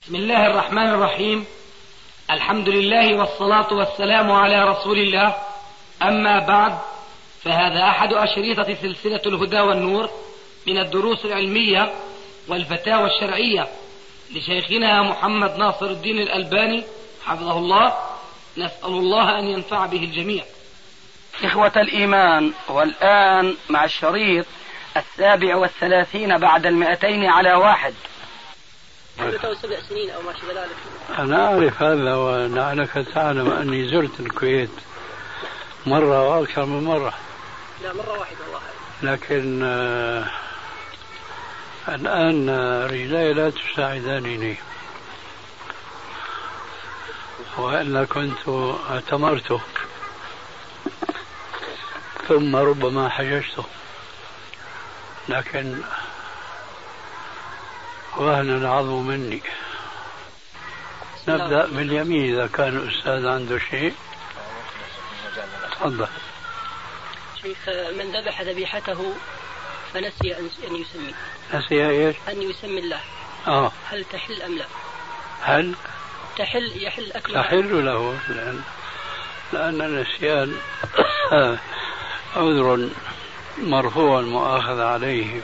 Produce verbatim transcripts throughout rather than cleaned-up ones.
بسم الله الرحمن الرحيم. الحمد لله والصلاة والسلام على رسول الله. أما بعد، فهذا أحد أشريطة سلسلة الهدى والنور من الدروس العلمية والفتاوى الشرعية لشيخنا محمد ناصر الدين الألباني حفظه الله. نسأل الله أن ينفع به الجميع. إخوة الإيمان، والآن مع الشريط السابع والثلاثين بعد المئتين على واحد. سبع سنين أو ما شابه ذلك. أنا أعرف هذا، ولعلك تعلم أني زرت الكويت مرة وأكثر من مرة. لا، مرة واحدة والله. لكن آه الآن رجلي لا تساعدانني، وإلا كنت اعتمرته ثم ربما حججته، لكن وهن العظم مني. نبدأ باليمين إذا كان الأستاذ عنده شيء. تفضل. شيخ، من ذبح ذبيحته فنسي أن يسمي نسي إيش؟ أن يسمي الله، آه. هل تحل أم لا؟ هل تحل يحل أكلها؟ تحل له، لأن, لأن النسيان عذر مرفوع المؤاخذة عليه،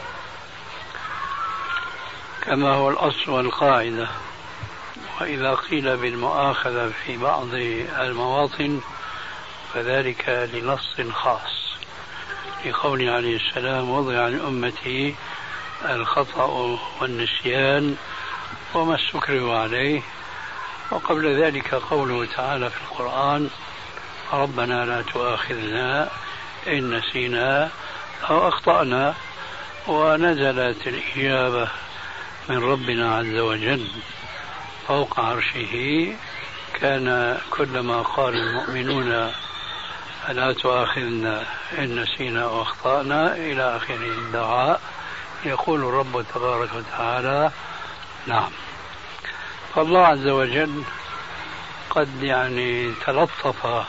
كما هو الأصل والقاعدة. وإذا قيل بالمؤاخذة في بعض المواطن فذلك لنص خاص، لقول عليه السلام: وضع عن أمتي الخطأ والنسيان وما استكرهوا عليه. وقبل ذلك قوله تعالى في القرآن: ربنا لا تؤاخذنا إن نسينا أو أخطأنا. ونزلت الإجابة من ربنا عز وجل فوق عرشه. كان كلما قال المؤمنون لا تؤاخذنا إن نسينا أو أخطأنا إلى آخر الدعاء يقول الرب تبارك وتعالى: نعم. فالله عز وجل قد يعني تلطف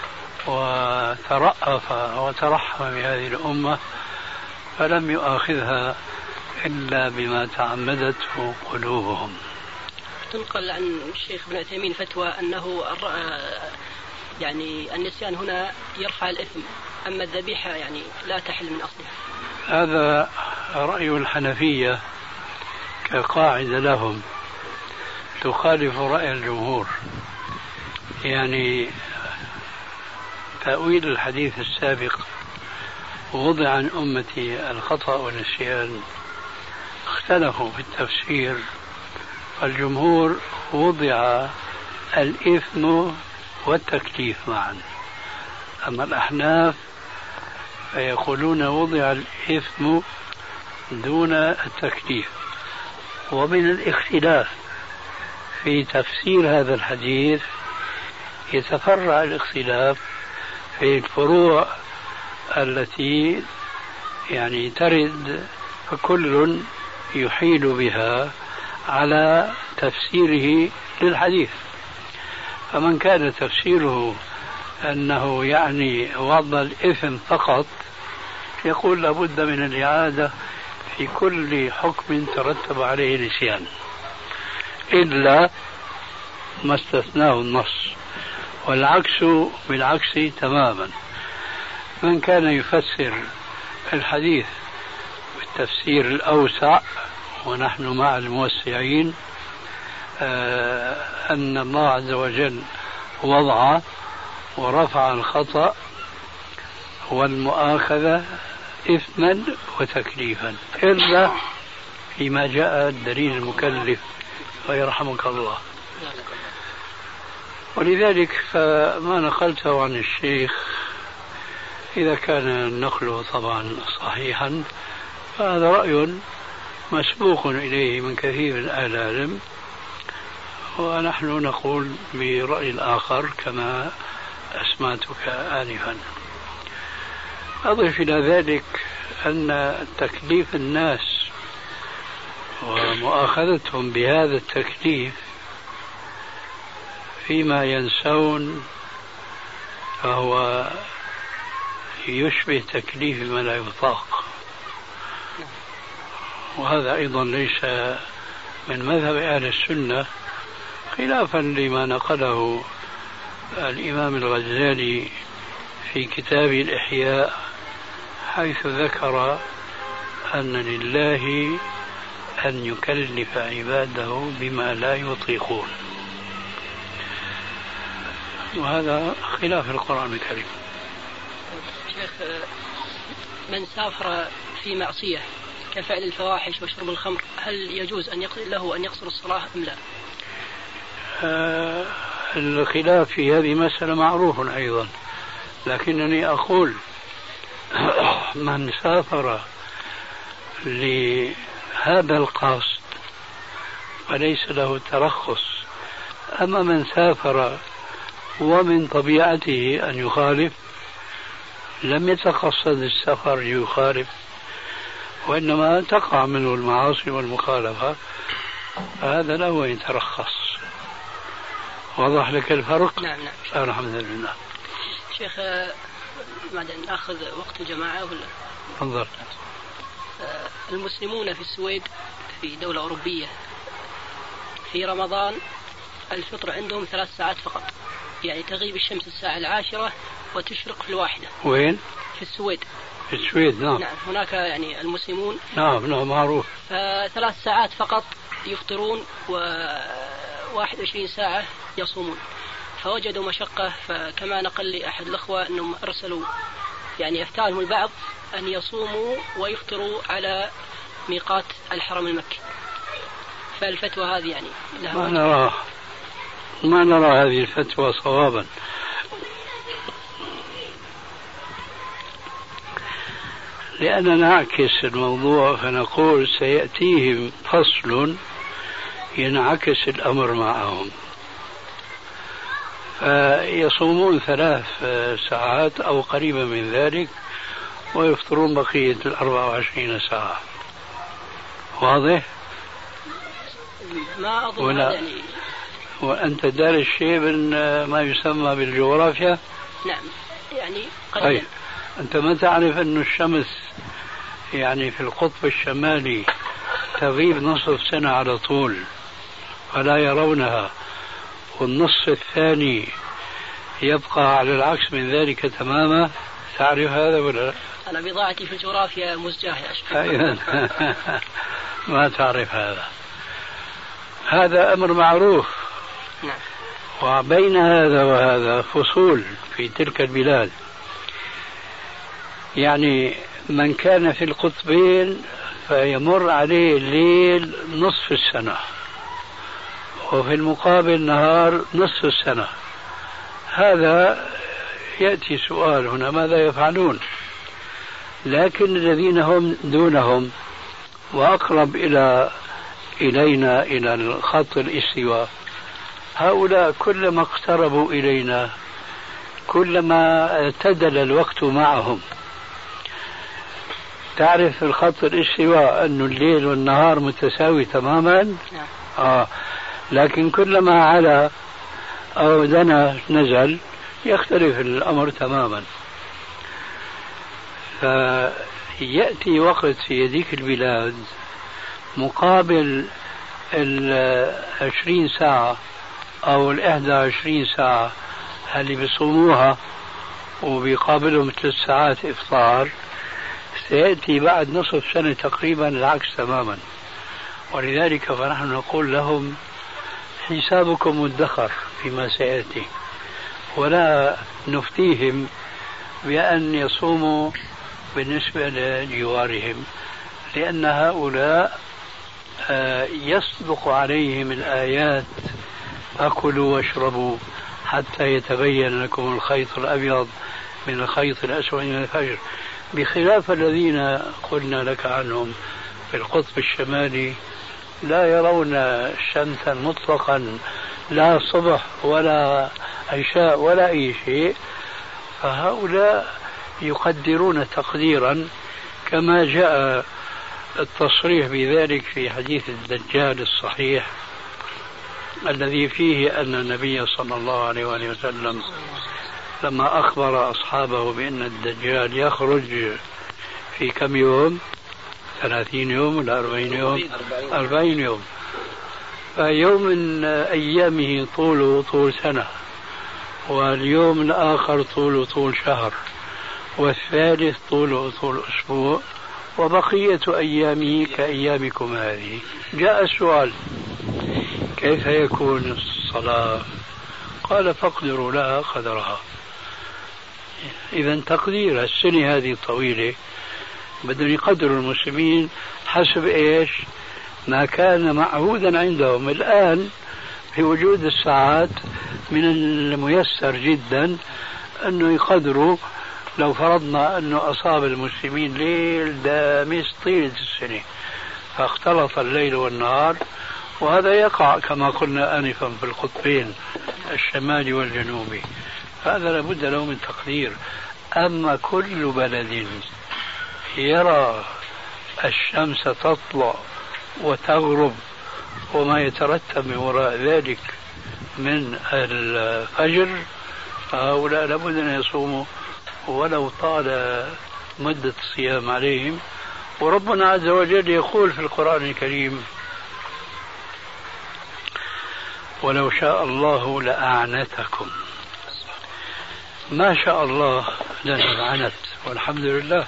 وترأف وترحم بهذه الأمة، فلم يؤاخذها إلا بما تعمدته قلوبهم. تنقل عن الشيخ ابن عثيمين فتوى أنه يعني النسيان هنا يرفع الإثم، أما الذبيحة يعني لا تحل من أصلها. هذا رأي الحنفية كقاعدة لهم، تخالف رأي الجمهور. يعني تأويل الحديث السابق: وضع عن أمتي الخطأ والنسيان، اختلفوا في التفسير. الجمهور وضع الإثم والتكليف معا، أما الأحناف فيقولون وضع الإثم دون التكليف. ومن الاختلاف في تفسير هذا الحديث يتفرع الاختلاف في الفروع التي يعني ترد، فكل يحيل بها على تفسيره للحديث. فمن كان تفسيره أنه يعني وضع الإثم فقط يقول لابد من الإعادة في كل حكم ترتب عليه نسيان، إلا ما استثناه النص، والعكس بالعكس تماما. من كان يفسر الحديث بالتفسير الأوسع، ونحن مع الموسعين، آه أن الله عز وجل وضع ورفع الخطأ والمؤاخذة إثما وتكليفا، إلا فيما جاء الدليل المكلف ويرحمك الله. ولذلك فما نقلته عن الشيخ إذا كان نقله طبعا صحيحا فهذا رأي مسبوق إليه من كثير من أهل العلم، ونحن نقول برأي الآخر كما أسمعتك آنفا. أضف إلى ذلك أن تكليف الناس ومؤاخذتهم بهذا التكليف فيما ينسون فهو يشبه تكليف ما لا يطاق، وهذا أيضا ليس من مذهب أهل السنة، خلافا لما نقله الإمام الغزالي في كتاب الإحياء، حيث ذكر أن لله أن يكلف عباده بما لا يطيقون، وهذا خلاف القرآن الكريم. شيخ، من سافر في معصية كفعل الفواحش وشرب الخمر، هل يجوز أن له أن يقصر الصلاة أم لا؟ آه الخلاف في هذه مسألة معروف أيضا، لكنني أقول من سافر لهذا القصد فليس له ترخص، أما من سافر ومن طبيعته أن يخالف لم يتقصد السفر يخالف، وإنما تقع منه المعاصي والمخالفة، فهذا له أن يترخص. وضح لك الفرق؟ نعم نعم. الحمد لله. شيخ، بعد أن نأخذ وقت الجماعة ولا؟ تفضل. المسلمون في السويد في دولة أوروبية في رمضان الفطر عندهم ثلاث ساعات فقط، يعني تغيب الشمس الساعة العاشرة وتشرق في الواحدة. وين؟ في السويد. في السويد نعم. نعم هناك يعني المسلمون نعم نعم معروف. ثلاث ساعات فقط يفطرون وواحد وعشرين ساعة يصومون، فوجدوا مشقة، فكما نقل لي أحد الأخوة أنهم أرسلوا يعني أفتاهم البعض أن يصوموا ويفطروا على ميقات الحرم المكي، فالفتوى هذه يعني لها ما نرى ما نرى هذه الفتوى صوابا، لأننا نعكس الموضوع فنقول سيأتيهم فصل ينعكس الأمر معهم، فيصومون ثلاث ساعات أو قريبا من ذلك ويفطرون بقية الأربع وعشرين ساعة. واضح؟ ما أظن يعني. وأنت دارس شيء من ما يسمى بالجغرافيا؟ نعم يعني قليلا. أنت ما تعرف أن الشمس يعني في القطب الشمالي تغيب نصف سنة على طول ولا يرونها، والنصف الثاني يبقى على العكس من ذلك تماما؟ تعرف هذا ولا؟ أنا بضاعتي في الجغرافيا مزجاة يا أشكال. ما تعرف هذا، هذا أمر معروف. نعم. وبين هذا وهذا فصول في تلك البلاد، يعني من كان في القطبين فيمر عليه الليل نصف السنة، وفي المقابل نهار نصف السنة. هذا يأتي سؤال هنا ماذا يفعلون؟ لكن الذين هم دونهم وأقرب إلى إلينا إلى الخط الاستواء، هؤلاء كلما اقتربوا إلينا كلما اعتدل الوقت معهم. تعرف الخط الاستواء أن الليل والنهار متساوي تماما؟ آه. لكن كلما علا أو دنا نزل يختلف الأمر تماما. فيأتي وقت في هذيك البلاد مقابل العشرين ساعة أو الإحدى عشرين ساعة اللي بيصوموها وبيقابلهم ثلاث ساعات إفطار، سيأتي بعد نصف سنة تقريبا العكس تماما. ولذلك فنحن نقول لهم حسابكم مدخر فيما سيأتي، ولا نفتيهم بأن يصوموا بالنسبة لجوارهم، لأن هؤلاء يصدق عليهم الآيات أكلوا واشربوا حتى يتبين لكم الخيط الأبيض من الخيط الأسود من الفجر، بخلاف الذين قلنا لك عنهم في القطب الشمالي لا يرون شمسا مطلقا، لا صبح ولا عشاء ولا أي شيء. فهؤلاء يقدرون تقديرا كما جاء التصريح بذلك في حديث الدجال الصحيح الذي فيه أن النبي صلى الله عليه وآله وسلم لما أخبر أصحابه بأن الدجال يخرج في كم يوم؟ ثلاثين يوم ولا أربعين يوم؟ أربعين يوم. فيوم من أيامه طوله طول سنة، واليوم الآخر طوله طول شهر، والثالث طوله طول أسبوع، وبقية أيامه كأيامكم هذه. جاء السؤال: كيف يكون الصلاة؟ قال: فاقدروا لها قدرها. إذا تقدير السنة هذه الطويلة بدهم يقدروا المسلمين حسب إيش ما كان معهودا عندهم. الآن في وجود الساعات من الميسر جدا أنه يقدروا، لو فرضنا أنه أصاب المسلمين ليل دامس طيلة السنة فاختلط الليل والنهار، وهذا يقع كما قلنا آنفا في القطبين الشمالي والجنوبي، هذا لابد له من تقدير. أما كل بلد يرى الشمس تطلع وتغرب وما يترتب من وراء ذلك من الفجر، فهؤلاء لابد أن يصوموا ولو طال مدة الصيام عليهم. وربنا عز وجل يقول في القرآن الكريم: ولو شاء الله لأعنتكم. ما شاء الله لنعنت، والحمد لله.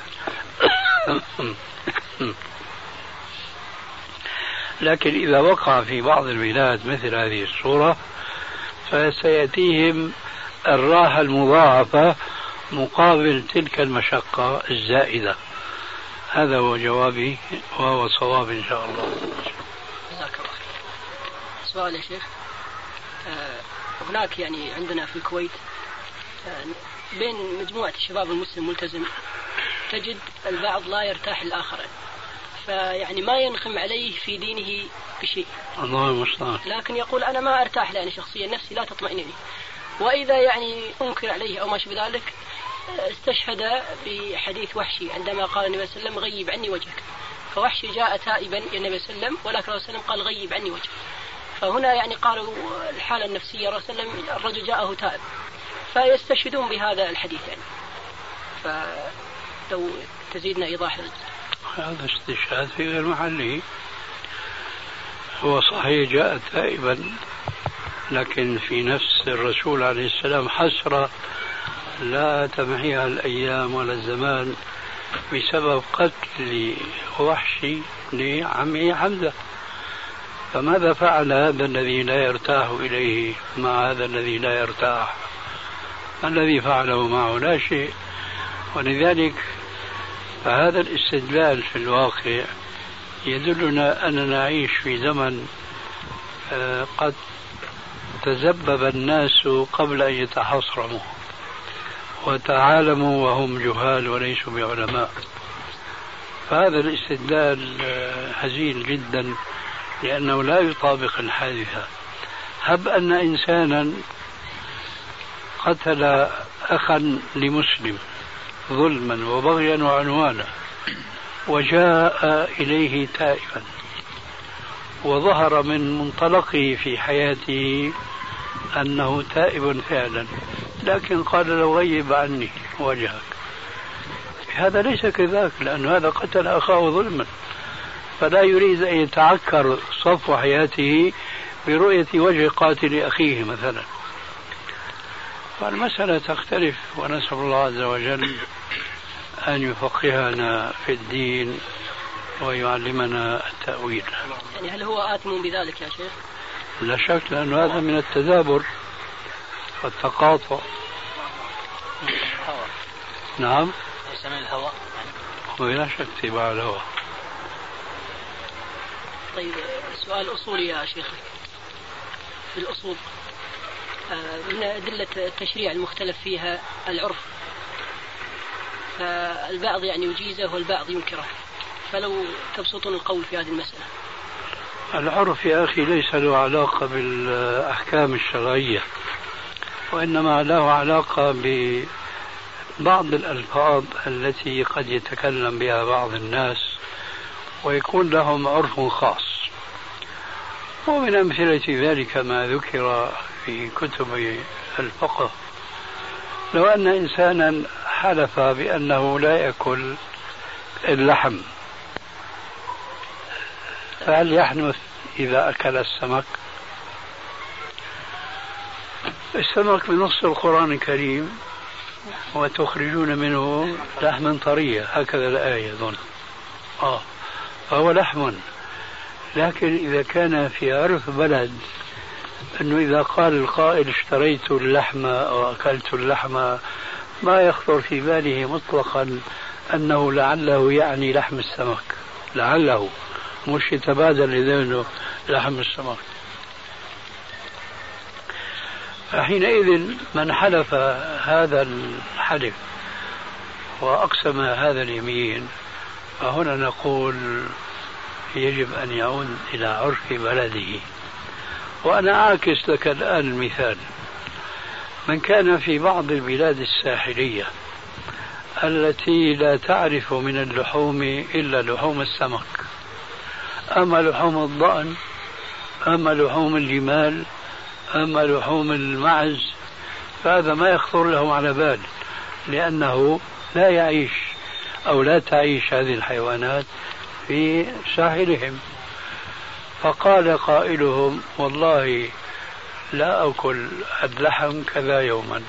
لكن إذا وقع في بعض البلاد مثل هذه الصورة فسيأتيهم الراحة المضاعفة مقابل تلك المشقة الزائدة. هذا هو جوابي، وهو صواب إن شاء الله. جزاك الله خير. سؤال يا شيخ، آه هناك يعني عندنا في الكويت آه بين مجموعة الشباب المسلم الملتزم تجد البعض لا يرتاح الآخر، فيعني ما ينخم عليه في دينه بشيء، الله المستعان، لكن يقول أنا ما أرتاح لأني شخصيا نفسي لا تطمئن لي، وإذا يعني أنكر عليه أو ما شابه ذلك استشهد بحديث وحشي عندما قال النبي صلى الله عليه وسلم: غيب عني وجهك. فوحشي جاء تائبا إلى النبي صلى الله عليه وسلم، ولكن الرسول قال: غيب عني وجهك. فهنا يعني قالوا الحالة النفسية، الرسول الرجل جاءه تائب، فيستشهدون بهذا الحديث يعني. فلو تزيدنا إيضاح. هذا استشهاد في غير محله. هو صحيح جاء تائبا، لكن في نفس الرسول عليه السلام حسرة لا تمحيها الأيام ولا الزمان بسبب قتل وحشي لعمه حمزة. فماذا فعل هذا الذي لا يرتاح إليه مع هذا الذي لا يرتاح؟ الذي فعله معه لا شيء. ولذلك فهذا الاستدلال في الواقع يدلنا أننا نعيش في زمن قد تزبب الناس قبل أن يتحصرموا وتعالموا وهم جهال وليسوا بعلماء. فهذا الاستدلال هزيل جدا لأنه لا يطابق الحادثة. هب أن إنسانا قتل أخا لمسلم ظلما وبغيا وعنوانا وجاء إليه تائبا وظهر من منطلقه في حياته أنه تائب فعلا، لكن قال له: غيب عني وجهك. هذا ليس كذاك، لأن هذا قتل أخاه ظلما، فلا يريد أن يتعكر صفو حياته برؤية وجه قاتل أخيه مثلا. فالمسألة تختلف، ونسأل الله عز وجل أن يفقهنا في الدين ويعلمنا التأويل. يعني هل هو آثم بذلك يا شيخ؟ لا شك، لأن هذا من التدابر والتقاطع. الهوى. نعم، ليس من الهوى، ولا شك اتباع الهوى. طيب سؤال أصولي يا شيخ. في الأصول من أدلة التشريع المختلف فيها العرف، فالبعض يعني يجيزه والبعض ينكره، فلو تبسطون القول في هذه المسألة. العرف يا أخي ليس له علاقة بالأحكام الشرعية، وإنما له علاقة ببعض الألفاظ التي قد يتكلم بها بعض الناس ويكون لهم عرف خاص. ومن أمثلة ذلك ما ذكر في كتب الفقه. لو أن إنسانا حلف بأنه لا يأكل اللحم، فهل يحنث إذا أكل السمك؟ السمك بنص القرآن الكريم وتخرجون منه لحما طريا، هكذا الآية ظن. آه فهو لحم. لكن إذا كان في عرف بلد أنه إذا قال القائل اشتريت اللحم أو أكلت اللحم، ما يخطر في باله مطلقا أنه لعله يعني لحم السمك، لعله مش يتبادل لذهنه لحم السمك. فحينئذ من حلف هذا الحلف وأقسم هذا اليمين، فهنا نقول يجب أن يعود إلى عرف بلده. وأنا أعكس لك الآن المثال. من كان في بعض البلاد الساحلية التي لا تعرف من اللحوم إلا لحوم السمك، أما لحوم الضأن، أما لحوم الجمال، أما لحوم المعز، فهذا ما يخطر له على بال، لأنه لا يعيش أو لا تعيش هذه الحيوانات في ساحلهم. فقال قائلهم والله لا أكل اللحم كذا يوما،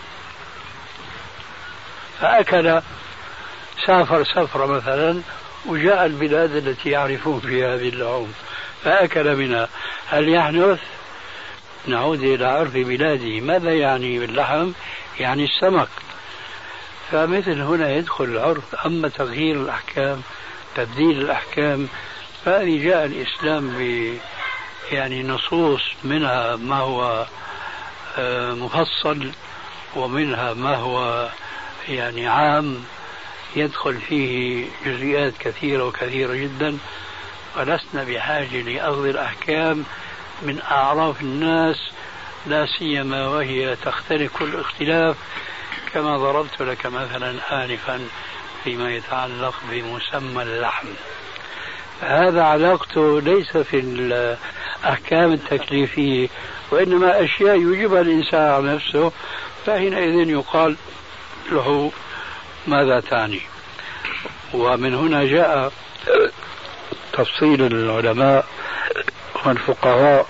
فأكل، سافر سفرة مثلا وجاء البلاد التي يعرفون فيها هذه اللحوم فأكل منها، هل يحدث؟ نعود إلى عرف بلاده. ماذا يعني باللحم؟ يعني السمك. فمثل هنا يدخل العرف. أما تغيير الأحكام، تبديل الأحكام، فهذه جاء الإسلام ب يعني نصوص، منها ما هو مفصل ومنها ما هو يعني عام يدخل فيه جزئيات كثيرة وكثيرة جدا، ولسنا بحاجة لأخذ الأحكام من أعراف الناس، لا سيما وهي تختلف كل اختلاف، كما ضربت لك مثلا آنفا فيما يتعلق بمسمى اللحم. هذا علاقته ليس في الأحكام التكليفية، وإنما أشياء يجيبها الإنسان على نفسه، فحينئذ يقال له ماذا تعني. ومن هنا جاء تفصيل العلماء والفقهاء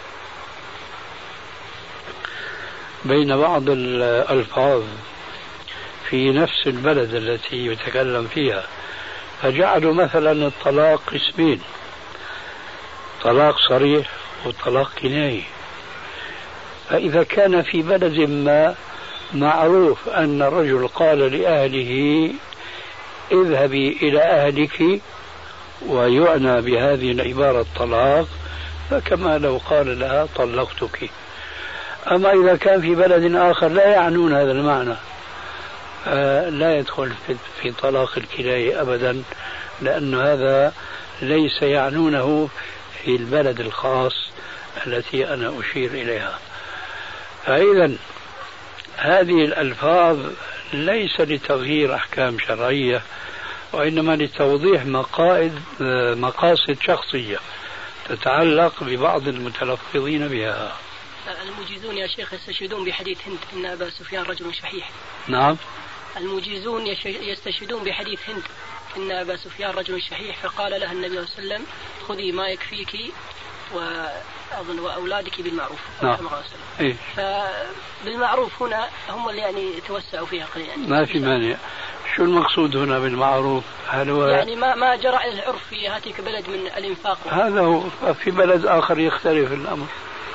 بين بعض الألفاظ في نفس البلد التي يتكلم فيها، فجعلوا مثلا الطلاق قسمين: طلاق صريح وطلاق كناية. فإذا كان في بلد ما معروف أن الرجل قال لأهله اذهبي إلى أهلك، ويعنى بهذه العبارة طلاق، فكما لو قال لها طلقتك. أما إذا كان في بلد آخر لا يعنون هذا المعنى، لا يدخل في طلاق الكناية أبدا، لأن هذا ليس يعنونه في البلد الخاص التي أنا أشير إليها. فإذا هذه الألفاظ ليس لتغيير أحكام شرعية، وإنما لتوضيح مقاصد مقاصد شخصية تتعلق ببعض المتلفظين بها. المجيزون يا شيخ يستشهدون بحديث هند إن أبا سفيان رجل شحيح. نعم. المجيزون يستشهدون بحديث هند إن أبا سفيان رجل شحيح، فقال لها النبي صلى الله عليه وسلم خذي ما يكفيك وأظن وأولادك بالمعروف. نعم. إيه؟ فبالمعروف هنا هم اللي يعني توسعوا فيها قليلا. ما في مانع. شو المقصود هنا بالمعروف؟ هل هو يعني ما ما جرى العرف في هاتيك بلد من الإنفاق؟ هذا هو. في بلد آخر يختلف الأمر.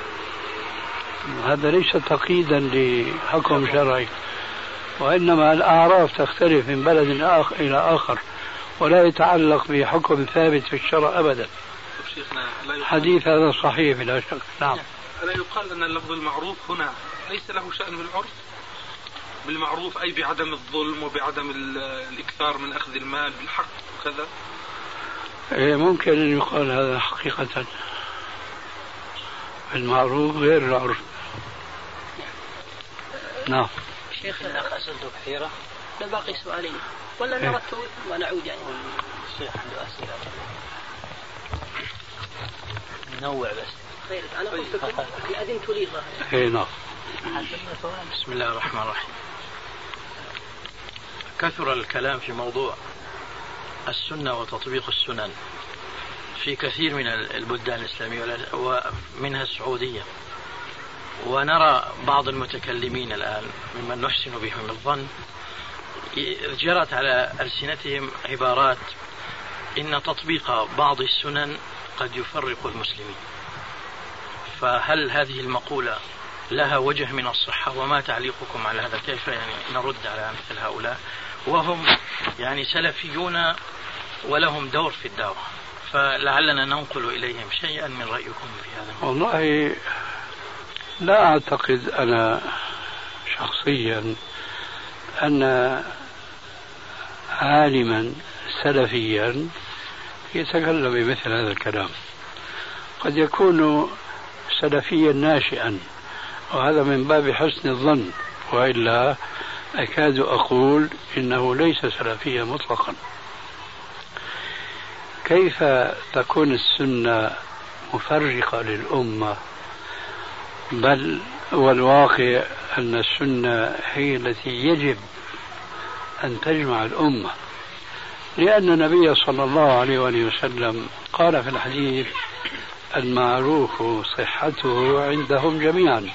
هذا ليس تقييدا لحكم شرعي، وإنما الأعراف تختلف من بلد آخر إلى آخر، ولا يتعلق بحكم ثابت في الشرع أبدا. حديث هذا صحيح بلا شك. نعم. ألا يقال أن اللفظ المعروف هنا ليس له شأن بالعرف؟ بالمعروف أي بعدم الظلم وبعدم الإكثار من أخذ المال بالحق وكذا. إيه ممكن أن يقال هذا حقيقة. المعروف غير العرف. نعم. شيخ أسئلته كثيرة، لا باقي سؤالين ولا نرتب ونعود يعني. الشيخ عنده أسئلة نوع بس. خير أنا قلت لكم أذنت لي ظهر. إيه نعم. بسم الله الرحمن الرحيم. كثر الكلام في موضوع السنة وتطبيق السنن، في كثير من البلدان الإسلامية ومنها السعودية، ونرى بعض المتكلمين الآن ممن نحسن بهم الظن جرت على ألسنتهم عبارات إن تطبيق بعض السنن قد يفرق المسلمين. فهل هذه المقولة لها وجه من الصحة؟ وما تعليقكم على هذا؟ كيف يعني نرد على مثل هؤلاء وهم يعني سلفيون ولهم دور في الدعوة؟ فلعلنا ننقل إليهم شيئا من رأيكم في هذا. والله لا أعتقد أنا شخصيا أن عالما سلفيا يتكلم بمثل هذا الكلام. قد يكون سلفيا ناشئا، وهذا من باب حسن الظن، وإلا أكاد أقول إنه ليس سلفيا مطلقا. كيف تكون السنة مفرقة للأمة؟ بل والواقع أن السنة هي التي يجب أن تجمع الأمة، لأن النبي صلى الله عليه وآله وسلم قال في الحديث المعروف صحته عندهم جميعا: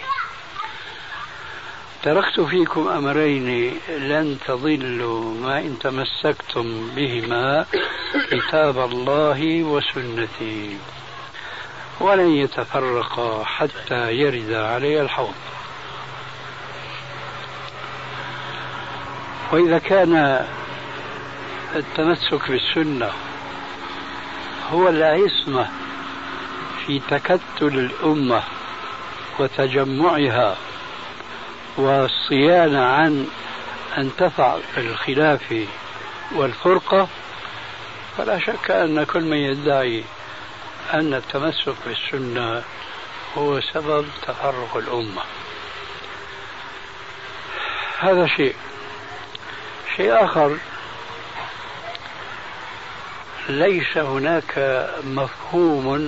تركت فيكم أمرين لن تضلوا ما إن تمسكتم بهما، كتاب الله وسنتي، ولن يتفرقا حتى يرد علي الحوض. وإذا كان التمسك بالسنة هو العصمة في تكتل الأمة وتجمعها والصيانة عن أن تقع في الخلاف والفرقة، فلا شك أن كل من يدعي أن التمسك بالسنة هو سبب تفرق الأمة. هذا شيء. شيء آخر، ليس هناك مفهوم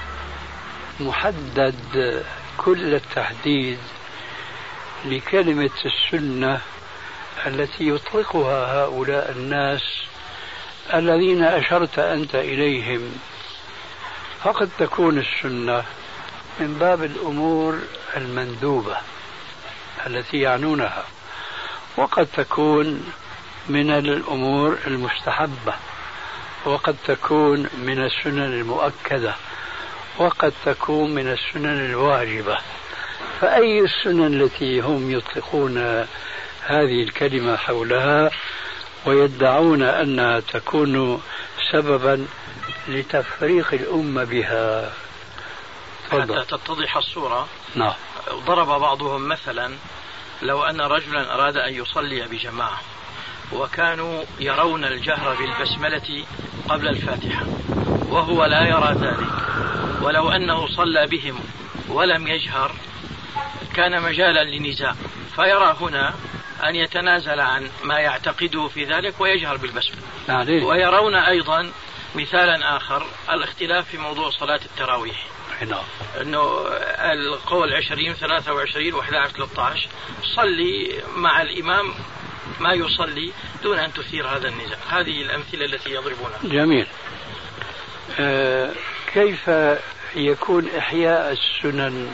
محدد كل التحديد لكلمة السنة التي يطلقها هؤلاء الناس الذين أشرت أنت إليهم. فقد تكون السنة من باب الأمور المندوبة التي يعنونها، وقد تكون من الأمور المستحبة، وقد تكون من السنن المؤكدة، وقد تكون من السنن الواجبة. فأي السنن التي هم يطلقون هذه الكلمة حولها ويدعون أنها تكون سببا لتفريق الأمة بها؟ حتى تتضح الصورة. نعم. ضرب بعضهم مثلا: لو أن رجلا أراد أن يصلي بجماعة وكانوا يرون الجهر بالبسملة قبل الفاتحة وهو لا يرى ذلك، ولو أنه صلى بهم ولم يجهر كان مجالا لنزاع، فيرى هنا أن يتنازل عن ما يعتقده في ذلك ويجهر بالبسملة. عليه. ويرون أيضا مثالا آخر، الاختلاف في موضوع صلاة التراويح، أنه القول عشرين ثلاثة وعشرين وإحدى عشر ثلاثة عشر، صلي مع الإمام ما يصلي دون أن تثير هذا النزاع. هذه الأمثلة التي يضربونها. جميل. آه كيف يكون إحياء السنن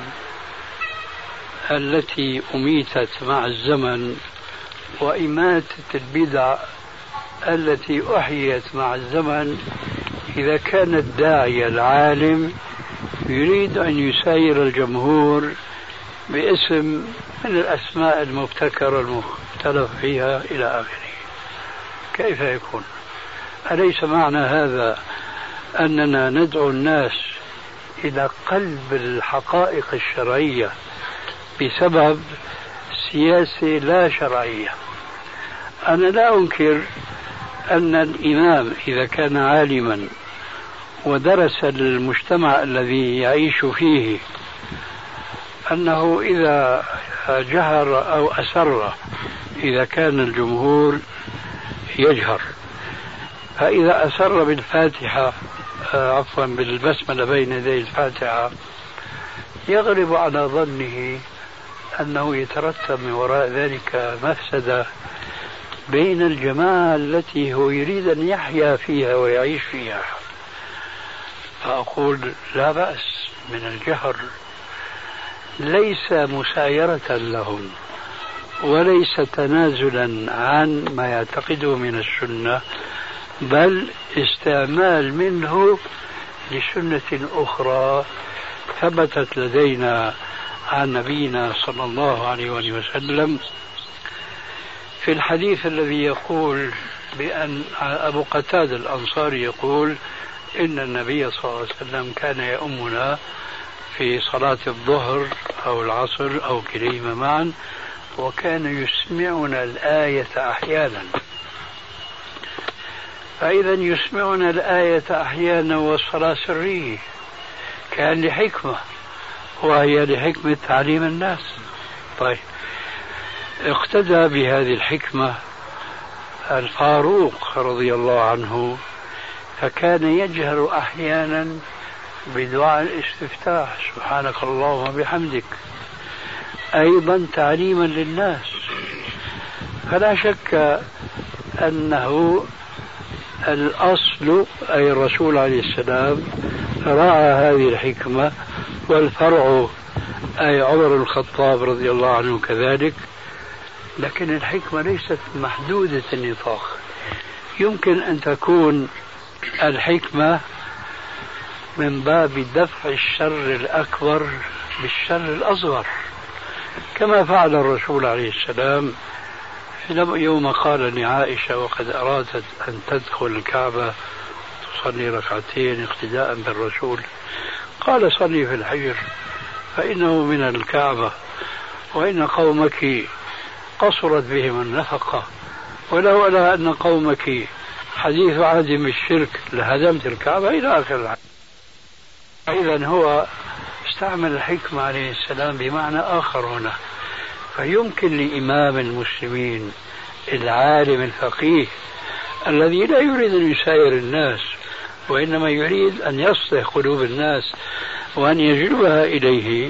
التي أميتت مع الزمن وإماتة البدع التي أحيت مع الزمن إذا كان الداعية العالم يريد أن يساير الجمهور باسم من الأسماء المبتكرة المختلف فيها إلى آخره؟ كيف يكون؟ أليس معنى هذا أننا ندعو الناس إلى قلب الحقائق الشرعية بسبب سياسة لا شرعية؟ أنا لا أنكر أن الإمام إذا كان عالما ودرس المجتمع الذي يعيش فيه أنه إذا جهر أو أسر، إذا كان الجمهور يجهر، فإذا أسر بالفاتحة عفوا بالبسملة بين يدي الفاتحة يغلب على ظنه أنه يترتب من وراء ذلك مفسدة بين الجماعة التي هو يريد أن يحيا فيها ويعيش فيها. فأقول لا بأس من الجهر، ليس مسايرة لهم وليس تنازلا عن ما يعتقده من السنة، بل استعمال منه لسنة أخرى ثبتت لدينا عن نبينا صلى الله عليه وسلم في الحديث الذي يقول بأن أبو قتادة الأنصاري يقول إن النبي صلى الله عليه وسلم كان يؤمنا في صلاة الظهر أو العصر أو كليهما معا، وكان يسمعنا الآية أحيانا. فإذا يسمعنا الآية أحيانا والصلاة سرية كان لحكمة، وهي لحكمة تعليم الناس. طيب، اقتدى بهذه الحكمة الفاروق رضي الله عنه، فكان يجهر أحيانا بدعاء الاستفتاح سبحانك اللهم وبحمدك، أيضا تعليما للناس. فلا شك أنه الأصل أي الرسول عليه السلام راعى هذه الحكمة، والفرع أي عمر الخطاب رضي الله عنه كذلك. لكن الحكمة ليست محدودة النطاق، يمكن أن تكون الحكمة من باب دفع الشر الأكبر بالشر الأصغر، كما فعل الرسول عليه السلام يوم قال لعائشة وقد أرادت أن تدخل الكعبة تصلي ركعتين اقتداء بالرسول، قال صلي في الحجر فإنه من الكعبة، وإن قومك قصرت بهم النفقة، ولو ألا أن قومك حديث عهد بالشرك لهدمت الكعبة إلى آخر العهد. إذن هو استعمل الحكمة عليه السلام بمعنى آخر هنا. فيمكن لإمام المسلمين العالم الفقيه الذي لا يريد أن يساير الناس، وإنما يريد أن يصلح قلوب الناس وأن يجلبها إليه،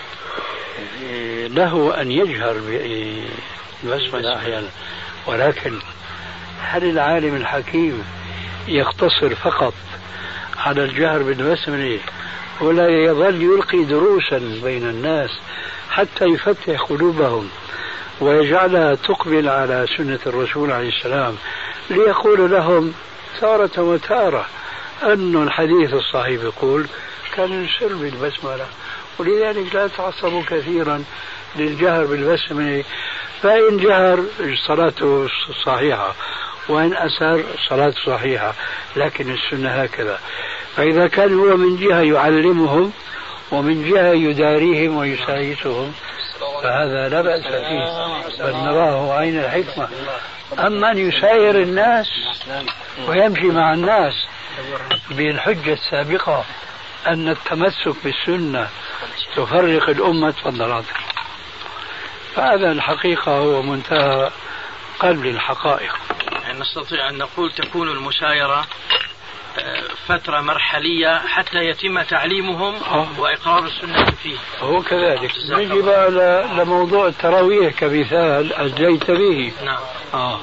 له أن يجهر بالبسملة أحيانا. ولكن هل العالم الحكيم يقتصر فقط على الجهر بالبسملة ولا يظل يلقي دروسا بين الناس حتى يفتح قلوبهم ويجعلها تقبل على سنة الرسول عليه السلام، ليقول لهم تارة وتارة أن الحديث الصحيح يقول كان يسر بالبسملة، ولذلك لا تعصبوا كثيرا للجهر بالبسملة، فإن جهر صلاته صحيحة وإن أسر صلاته صحيحة، لكن السنة هكذا. فإذا كان هو من جهة يعلمهم ومن جهة يداريهم ويسايسهم فهذا لا بأس فيه، بل نراه عين الحكمة. أما أن يساير الناس ويمشي مع الناس بالحجة السابقة أن التمسك بالسنة تفرق الأمة، تفضلات، فهذا الحقيقة هو منتهى قلب الحقائق. يعني نستطيع أن نقول تكون المسايرة فترة مرحلية حتى يتم تعليمهم أوه. وإقرار السنة فيه. هو كذلك. نجي بقى لموضوع التراويح كمثال أجيت به. نعم. آه.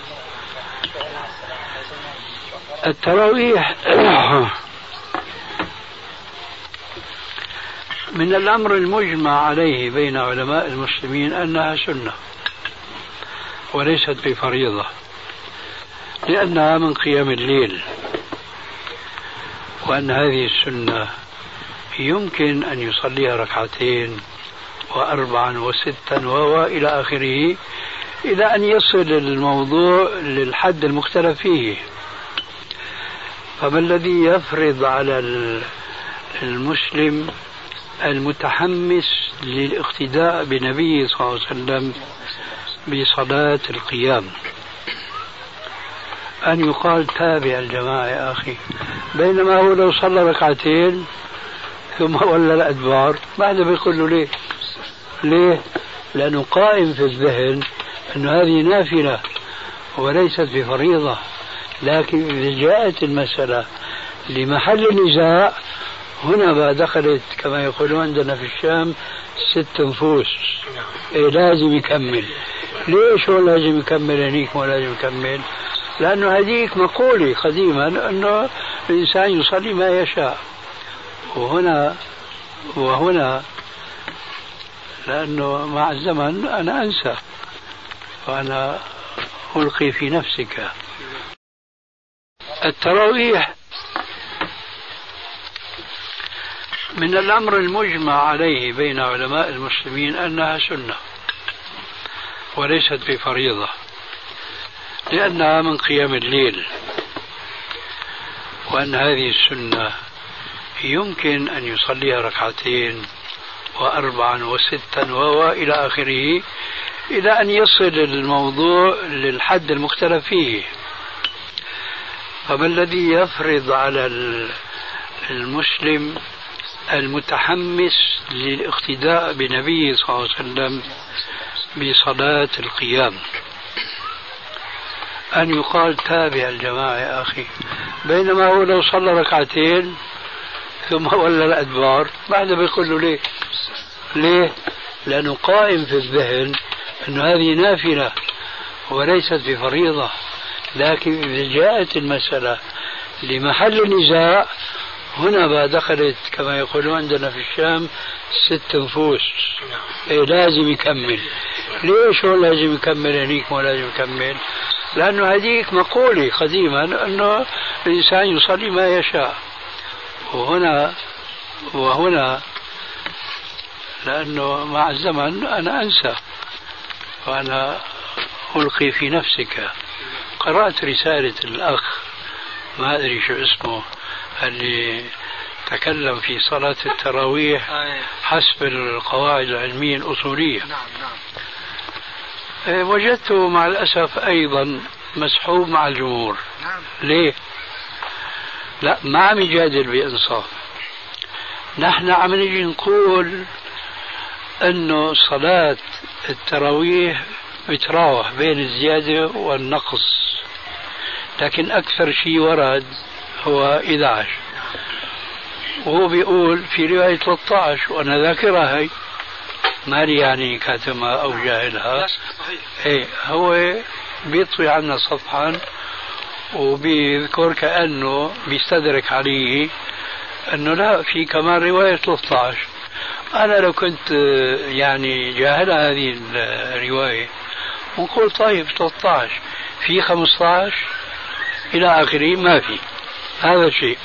التراويح من الأمر المجمع عليه بين علماء المسلمين أنها سنة وليست بفريضة، لأنها من قيام الليل، وأن هذه السنة يمكن أن يصليها ركعتين وأربعا وستا وإلى آخره، إلى أن يصل الموضوع للحد المختلف فيه. فما الذي يفرض على المسلم المتحمس للاقتداء بنبيه صلى الله عليه وسلم بصلاة القيام أن يقال تابع الجماعة يا أخي، بينما هو لو صلى ركعتين ثم ولى الأدبار بعد بيقول له ليه ليه لأنه قائم في الذهن أن هذه نافلة وليست بفريضة. لكن إذا جاءت المسألة لمحل النزاع هنا بقى دخلت كما يقولون عندنا في الشام ست نفوس، إيه لازم يكمل. ليش هو لازم يكمل هنيك ولا لازم يكمل؟ لأنه هذيك مقولة قديما أنه الإنسان يصلي ما يشاء، وهنا وهنا لأنه مع الزمن أنا أنسى وأنا ألقي في نفسك. التراويح من الأمر المجمع عليه بين علماء المسلمين أنها سنة وليست بفريضة، لأنها من قيام الليل، وأن هذه السنة يمكن أن يصليها ركعتين وأربعا وستا وإلى آخره، إلى أن يصل الموضوع للحد المختلف فيه. فما الذي يفرض على المسلم المتحمس للاقتداء بنبيه صلى الله عليه وسلم بصلاة القيام أن يقال تابع الجماعة يا أخي، بينما هو لو صلى ركعتين ثم ولى الأدبار بعد بيقول له ليه؟ ليه؟ لأنه قائم في الذهن أن هذه نافلة وليست بفريضة. لكن إذا جاءت المسألة لمحل النزاع هنا بقى دخلت كما يقولون عندنا في الشام ست نفوس. إيه لازم يكمل. ليش هو لازم يكمل هنيك مو لازم يكمل؟ لأنه هذيك مقولة قديما أنه الإنسان يصلي ما يشاء. وهنا وهنا لأنه مع الزمن أنا أنسى وأنا ألقي في نفسك. قرأت رسالة الأخ ما أدري شو اسمه اللي تكلم في صلاة التراويح حسب القواعد العلمية الأصولية. وجدته مع الأسف أيضا مسحوب مع الجمهور. ليه؟ لا ما عم يجادل بإنصاف. نحن عم نجي نقول أنه صلاة التراويح بتراوح بين الزيادة والنقص، لكن أكثر شيء ورد هو إحدى عشر، وهو بيقول في رواية ثلاثة عشر وأنا ذاكرها هي مالي يعني كاتمها أو جاهلها. إيه هو بيطوي عنا صفحا وبيذكر كأنه بيستدرك عليه أنه لا في كمان رواية ثلاثة عشر. أنا لو كنت يعني جاهل هذه الرواية ونقول طيب ثلاثة عشر في خمسة عشر إلى آخره ما في هذا الشيء.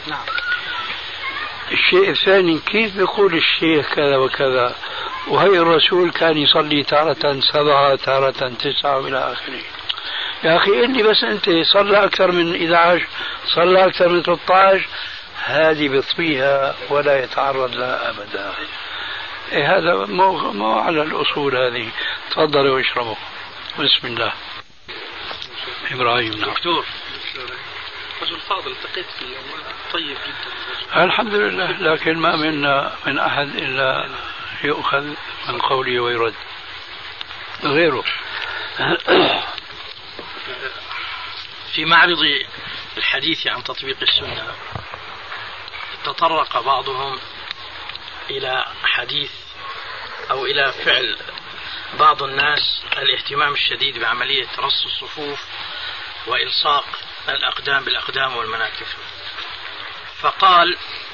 الشيء الثاني كيف بيقول الشيخ كذا وكذا وهي الرسول كان يصلي تارة سبعة تارة تسعة إلى آخره. يا أخي إني بس أنت صلى أكثر من إحدى عشر صلى أكثر من ثلاثة عشر هذه بيطفيها ولا يتعرض لها أبدا. إيه هذا مو, مو على الأصول هذه. تفضلوا واشربوا. بسم الله. إبراهيم. دكتور رجل فاضل التقيت فيه طيب جدا الحمد لله، لكن ما منا من أحد إلا يؤخذ من قوله ويرد غيره. في معرض الحديث عن تطبيق السنة تطرق بعضهم إلى حديث أو إلى فعل بعض الناس الاهتمام الشديد بعملية رص الصفوف وإلصاق الأقدام بالأقدام والمناكب. فقال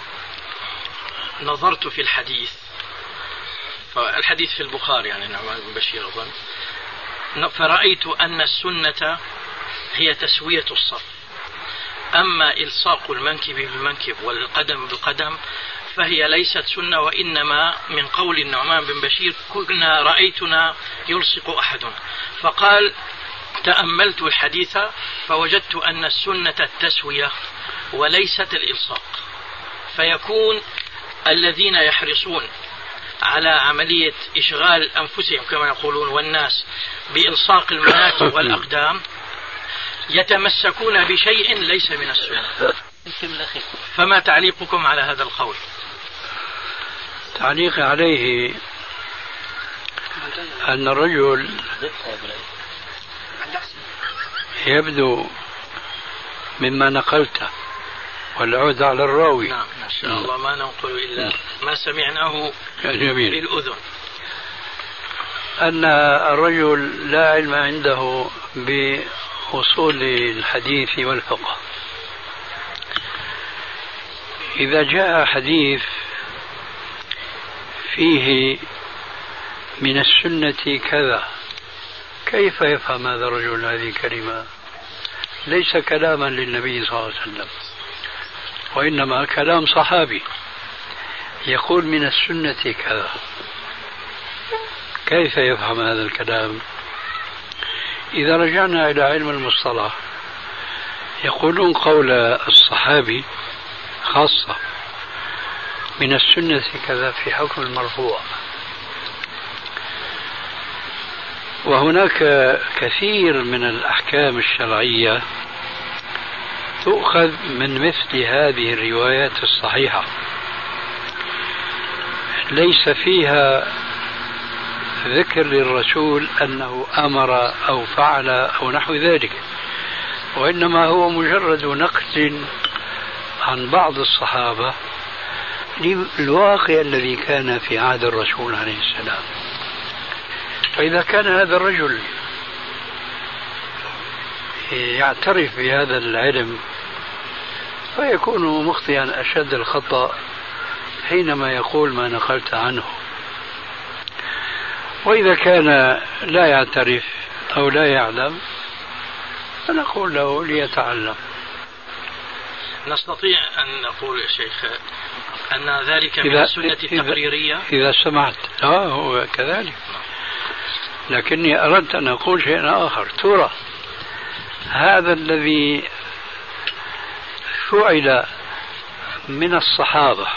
نظرت في الحديث، فالحديث في البخاري يعني نعمان بن بشير أظن، فرأيت أن السنة هي تسوية الصف، أما إلصاق المنكب بالمنكب والقدم بالقدم فهي ليست سنة، وإنما من قول النعمان بن بشير كنا رأيتنا يلصق أحدنا. فقال تأملت الحديث فوجدت أن السنة التسوية وليست الإلصاق، فيكون الذين يحرصون على عملية إشغال أنفسهم كما يقولون والناس بإلصاق المناكب والأقدام يتمسكون بشيء ليس من السنة. فما تعليقكم على هذا القول؟ تعليق عليه أن الرجل يبدو مما نقلته والعود على الراوي. نعم إن شاء الله ما ننقل إلا ما سمعناه بالأذن، أن الرجل لا علم عنده بأصول الحديث والفقه. إذا جاء حديث فيه من السنة كذا، كيف يفهم هذا الرجل هذه الكلمة؟ ليس كلاما للنبي صلى الله عليه وسلم، وإنما كلام صحابي يقول من السنة كذا، كيف يفهم هذا الكلام؟ إذا رجعنا إلى علم المصطلح يقولون قول الصحابي خاصة، من السنة كذا في حكم المرفوع. وهناك كثير من الأحكام الشرعية تؤخذ من مثل هذه الروايات الصحيحة، ليس فيها ذكر للرسول أنه أمر أو فعل أو نحو ذلك، وإنما هو مجرد نقل عن بعض الصحابة للواقع الذي كان في عهد الرسول عليه السلام. فإذا كان هذا الرجل يعترف بهذا العلم فيكون مخطئا أشد الخطأ حينما يقول ما نقلت عنه. وإذا كان لا يعترف أو لا يعلم فنقول له ليتعلم. نستطيع أن نقول يا شيخ أن ذلك من السنة التقريرية إذا سمحت. آه هو كذلك، لكني أردت أن أقول شيئا آخر. ترى هذا الذي فعل من الصحابة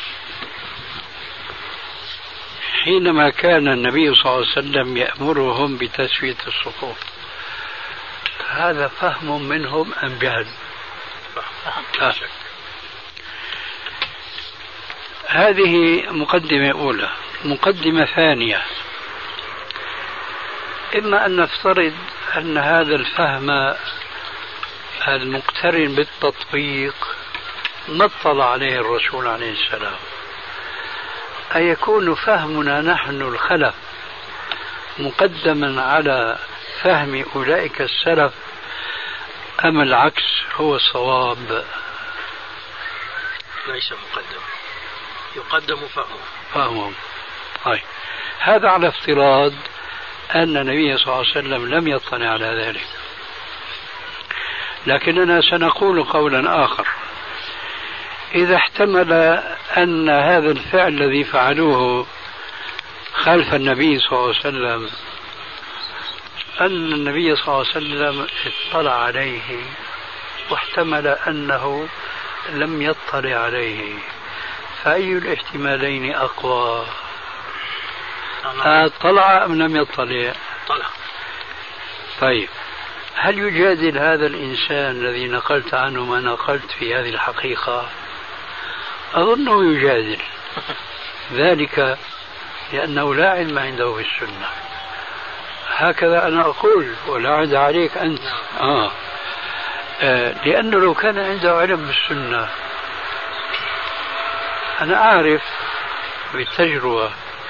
حينما كان النبي صلى الله عليه وسلم يأمرهم بتسوية الصفوف، هذا فهم منهم أم جهل؟ آه. هذه مقدمة أولى. مقدمة ثانية، إما أن نفترض أن هذا الفهم المقترن بالتطبيق ما اطلع عليه الرسول عليه السلام، أن يكون فهمنا نحن الخلف مقدما على فهم أولئك السلف، أم العكس هو الصواب؟ ليس مقدم، يقدم فهمه فهمهم. طيب هذا على افتراض أن النبي صلى الله عليه وسلم لم يطلع على ذلك. لكننا سنقول قولا آخر، إذا احتمل أن هذا الفعل الذي فعلوه خلف النبي صلى الله عليه وسلم أن النبي صلى الله عليه وسلم اطلع عليه، واحتمل أنه لم يطلع عليه، فأي الاحتمالين أقوى؟ اطلع أم لم يطلع؟ طلع. طيب هل يجادل هذا الإنسان الذي نقلت عنه ما نقلت في هذه الحقيقة؟ أظنه يجادل ذلك لأنه لا علم عنده في السنة. هكذا أنا أقول ولا عد عليك أنت. آه. آه لأنه لو كان عنده علم بالسنة، أنا أعرف بالتجربة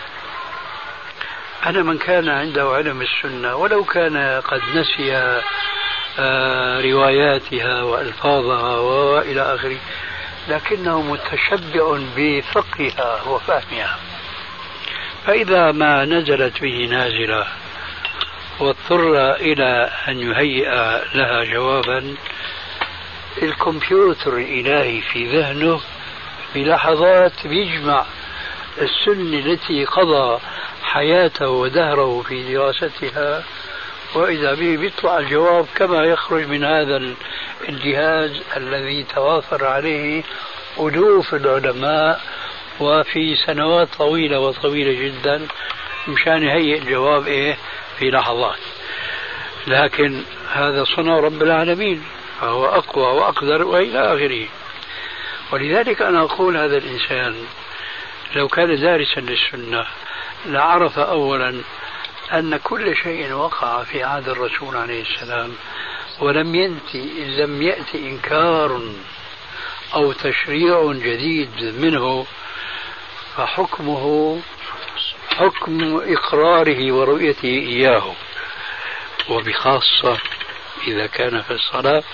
أنا من كان عنده علم السنة ولو كان قد نسي آه رواياتها وألفاظها وإلى آخره، لكنه متشبع بفقهها وفهمها، فإذا ما نزلت به نازلة واضطر إلى أن يهيئ لها جوابا، الكمبيوتر الإلهي في ذهنه بلحظات بيجمع السنة التي قضى حياته ودهره في دراستها، وإذا به بيطلع الجواب كما يخرج من هذا الجهاز الذي توافر عليه ألوف العلماء وفي سنوات طويلة وطويلة جدا مشان يهيئ الجواب إيه في لحظات. لكن هذا صنع رب العالمين، فهو أقوى وأقدر وإلى آخره. ولذلك أنا أقول هذا الإنسان لو كان دارسا للسنة لعرف أولا أن كل شيء وقع في عهد الرسول عليه السلام ولم ينتي لم يأتي إنكار أو تشريع جديد منه، فحكمه حكم إقراره ورؤيته إياه، وبخاصة إذا كان في الصلاة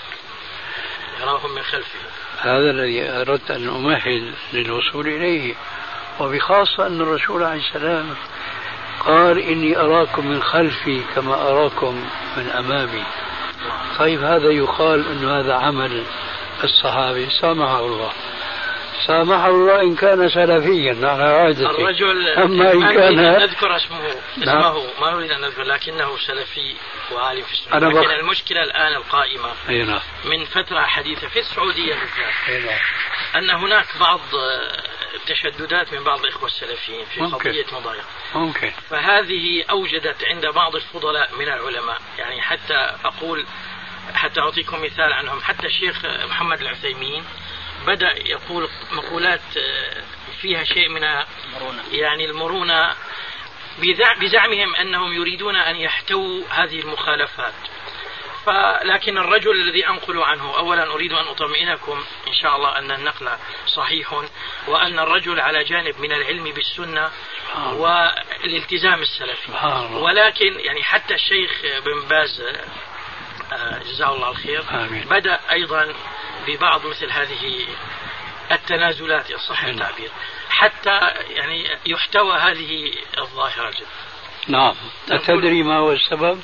يراهم من خلفه. هذا الذي أردت أن أمهد للوصول إليه. وبخاصة أن الرسول عليه السلام قال إني أراكم من خلفي كما أراكم من أمامي. طيب هذا يقال أن هذا عمل الصحابي، سامحه الله، سامحه الله إن كان سلفيا على عادته. الرجل أما إن كان نذكر اسمه اسمه ما نريد أن نذكر، لكنه سلفي وعالم في السنة. لكن بخ... المشكلة الآن القائمة هنا. من فترة حديثة في السعودية بالذات أن هناك بعض التشددات من بعض الإخوة السلفيين في ممكن. قضية مضايقة ممكن. فهذه أوجدت عند بعض الفضلاء من العلماء، يعني حتى أقول حتى أعطيكم مثال عنهم، حتى الشيخ محمد العثيمين بدأ يقول مقولات فيها شيء من يعني المرونة بزعمهم أنهم يريدون أن يحتووا هذه المخالفات. لكن الرجل الذي أنقل عنه، أولا أريد أن أطمئنكم إن شاء الله أن النقل صحيح، وأن الرجل على جانب من العلم بالسنة والالتزام السلفي. ولكن يعني حتى الشيخ بن باز جزاه الله الخير بدأ أيضا ببعض مثل هذه التنازلات إن صح التعبير، حتى يعني يحتوى هذه الظاهرة جدا. نعم. أتدري ما هو السبب؟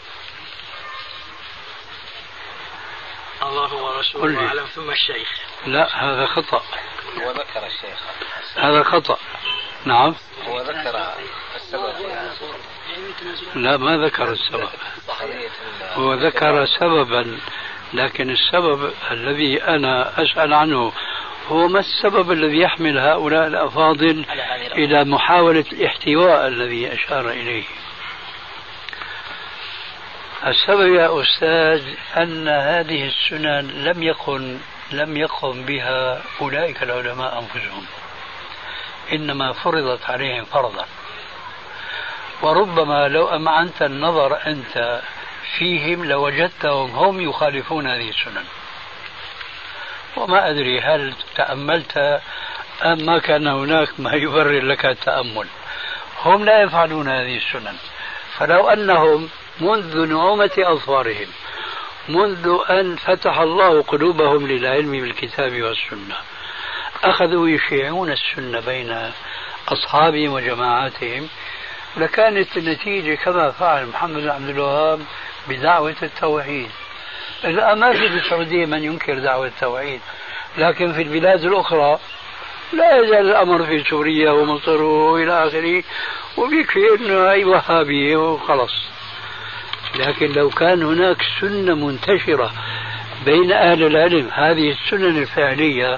الله ورسوله أعلم. ثم الشيخ. لا هذا خطأ. هو ذكر الشيخ هذا خطأ. نعم. هو ذكر السبب. لا ما ذكر السبب، هو ذكر سببا، لكن السبب الذي أنا أسأل عنه هو ما السبب الذي يحمل هؤلاء الأفاضل إلى محاولة الاحتواء الذي أشار إليه. السبب يا أستاذ أن هذه السنن لم يكن لم يقم بها أولئك العلماء أنفسهم، إنما فرضت عليهم فرضا. وربما لو أمعنت النظر أنت فيهم لوجدتهم هم يخالفون هذه السنن. وما أدري هل تأملت أم ما كان هناك ما يبرر لك التأمل. هم لا يفعلون هذه السنن، فلو أنهم منذ نعومة أظفارهم، منذ أن فتح الله قلوبهم للعلم بالكتاب والسنة، أخذوا يشيعون السنة بين أصحابهم وجماعاتهم، لكانت النتيجة كما فعل محمد بن عبد الوهاب بدعوة التوحيد. الآن ما في بالسعودية من ينكر دعوة التوحيد، لكن في البلاد الأخرى لا يزال الأمر في سوريا ومصر وإلى آخره، وبيكفي أنه أي وهابية وخلص. لكن لو كان هناك سنة منتشرة بين أهل العلم، هذه السنن الفعلية،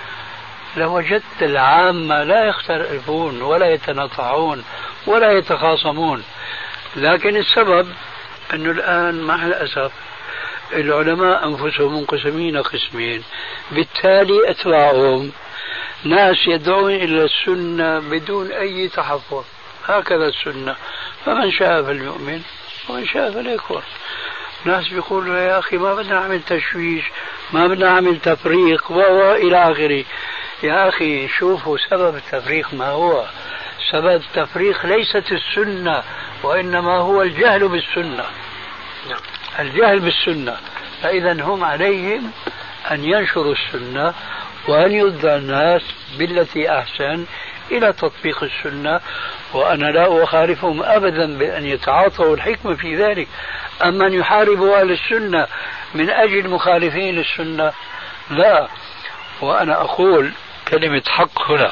لوجدت العامة لا يختلفون ولا يتناطعون ولا يتخاصمون. لكن السبب أنه الآن مع الأسف العلماء أنفسهم منقسمين قسمين، بالتالي أتباعهم ناس يدعون إلى السنة بدون أي تحفظ، هكذا السنة، فمن شاء فليؤمن ومن شاء فليكفر. ناس بيقولوا يا أخي ما بدنا نعمل تشويش، ما بدنا نعمل تفريق وإلى آخره. يا أخي شوفوا سبب التفريق ما هو. سبب التفريق ليست السنة، وإنما هو الجهل بالسنة. الجهل بالسنة. فإذا هم عليهم أن ينشروا السنة وأن يدعى الناس بالتي أحسن إلى تطبيق السنة، وأنا لا أخالفهم أبدا بأن يتعاطوا الحكمة في ذلك. أما أن يحاربوا أهل السنة من أجل مخالفين السنة لا. وأنا أقول كلمة حق هنا،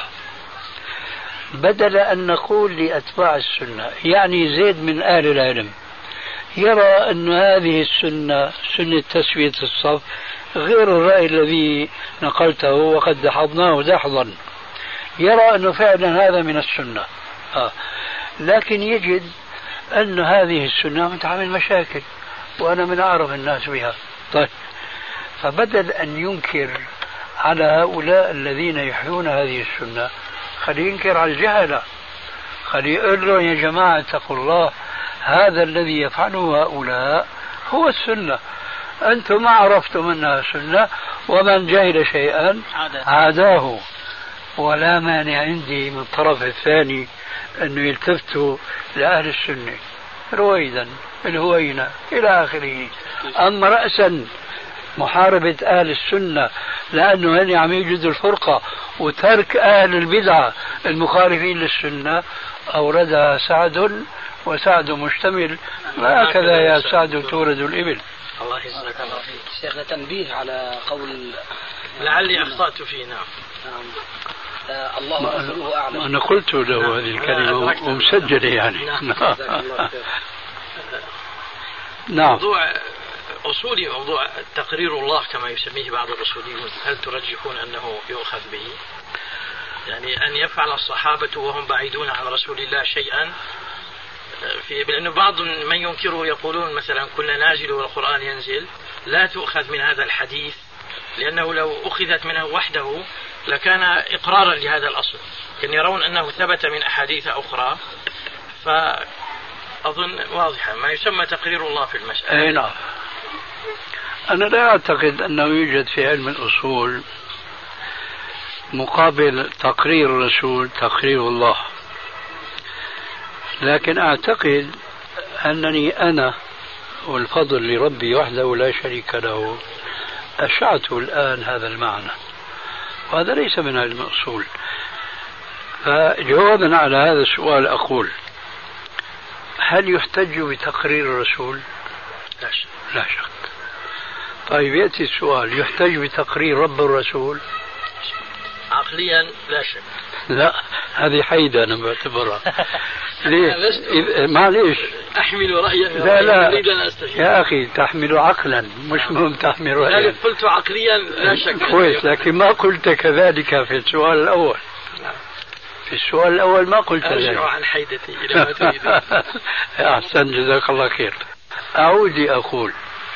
بدل أن نقول لأتباع السنة، يعني زيد من أهل العلم يرى أن هذه السنة سنة تسوية الصف غير الرأي الذي نقلته وقد دحضناه دحضا، يرى أنه فعلا هذا من السنة، آه. لكن يجد أن هذه السنة متعامل مشاكل وأنا من أعرف الناس بها. طيب، فبدل أن ينكر على هؤلاء الذين يحيون هذه السنة، خليه ينكر على الجهلة، خليه يقول له يا جماعة اتقوا الله، هذا الذي يفعله هؤلاء هو السنة، أنتم ما عرفتم أنها سنة، ومن جهل شيئا عاداه. ولا مانع عندي من الطرف الثاني أنه يلتفتوا لأهل السنة رويدا الهوينة إلى آخره. أما رأسا محاربة أهل السنة لأنه هن عم يوجدوا الفرقة وترك أهل البدعة المخالفين للسنة أوردها سعد، وسعد مشتمل، ما هكذا يا سعد تورد الإبل. الله يجزاك الله خير. شيخنا تنبيه على قول لعلي أخطأت فيه. نعم. آه الله ورسوله أعلم. أنا قلت له نعم. هذه الكلمة ومسجلة يعني. نعم. نعم. موضوع أصولي، موضوع تقرير الله كما يسميه بعض الأصوليون، هل ترجحون أنه يؤخذ به؟ يعني أن يفعل الصحابة وهم بعيدون عن رسول الله شيئا، في لأنه بعض من ينكره يقولون مثلا كنا نازل والقرآن ينزل، لا تؤخذ من هذا الحديث، لأنه لو أخذت منه وحده لكان إقرارا لهذا الأصل، كان يرون أنه ثبت من أحاديث أخرى. فأظن واضحة ما يسمى تقرير الله في المسألة. أي نعم. أنا لا أعتقد أنه يوجد في علم الأصول مقابل تقرير الرسول تقرير الله، لكن أعتقد أنني أنا والفضل لربي وحده لا شريك له أشعت الآن هذا المعنى، وهذا ليس من علم الأصول. فجوابا على هذا السؤال أقول: هل يحتج بتقرير الرسول؟ لا شك. لا شك. طيب يأتي السؤال: يحتج بتقرير رب الرسول؟ عقليا لا شك. لا، هذه حيدة أنا بعتبرها. ليه؟ معليش أحمل رأيا. لا لا يا أخي، تحمل عقلا مش مهم تحمل رأيا. قلت عقليا لا شك. كويس، لكن ما قلت كذلك في السؤال الأول. في السؤال الأول ما قلت ذلك. أرجع عن حيدتي إلى ما تريد. أحسن، جزاك الله خير. أعود أقول: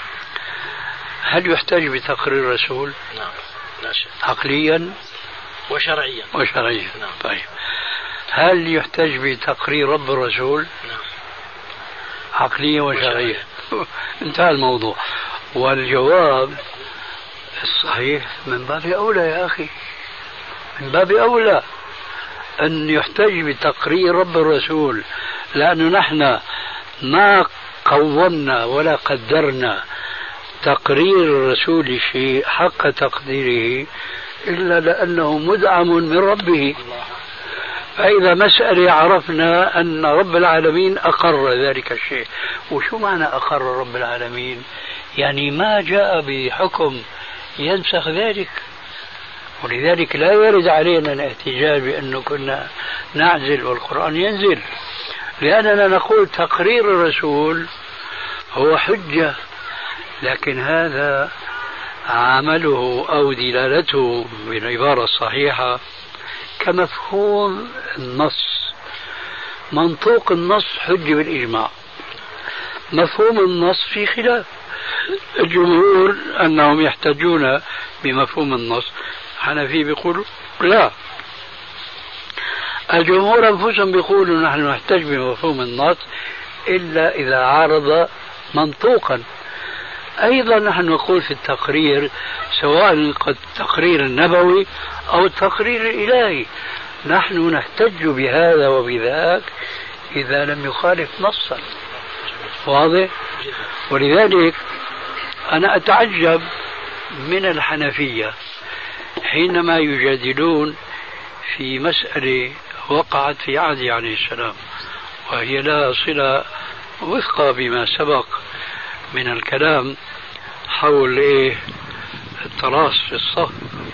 هل يحتاج بتقرير الرسول؟ نعم لا شك. عقليا وشرعيا. وشرعيا. نعم. طيب هل يحتاج بتقرير رب الرسول؟ نعم. عقليا وشرعيا. انتهى الموضوع. والجواب الصحيح من باب أولى يا أخي، من باب أولى أن يحتاج بتقرير رب الرسول، لأنه نحن ما قومنا ولا قدرنا تقرير الرسول شيء حق تقديره إلا لأنه مدعم من ربه. فإذا مسألة عرفنا أن رب العالمين أقر ذلك الشيء. وشو معنى أقر رب العالمين؟ يعني ما جاء بحكم ينسخ ذلك، ولذلك لا يرد علينا الاحتجاج بأنه كنا نعزل والقرآن ينزل، لأننا نقول تقرير الرسول هو حجة، لكن هذا عمله أو دلالته بالعبارة الصحيحة كمفهوم النص. منطوق النص حج بالإجماع، مفهوم النص في خلاف. الجمهور أنهم يحتجون بمفهوم النص، حنفي بيقولوا لا. الجمهور أنفسهم بيقولوا نحن نحتج بمفهوم النص إلا إذا عارض منطوقا. أيضا نحن نقول في التقرير سواء التقرير النبوي أو التقرير الإلهي نحن نحتج بهذا وبذاك إذا لم يخالف نصا. واضح؟ ولذلك أنا أتعجب من الحنفية حينما يجادلون في مسألة وقعت في عهده عليه السلام، وهي لا صلة وفق بما سبق من الكلام حول إيه التراص في الصف.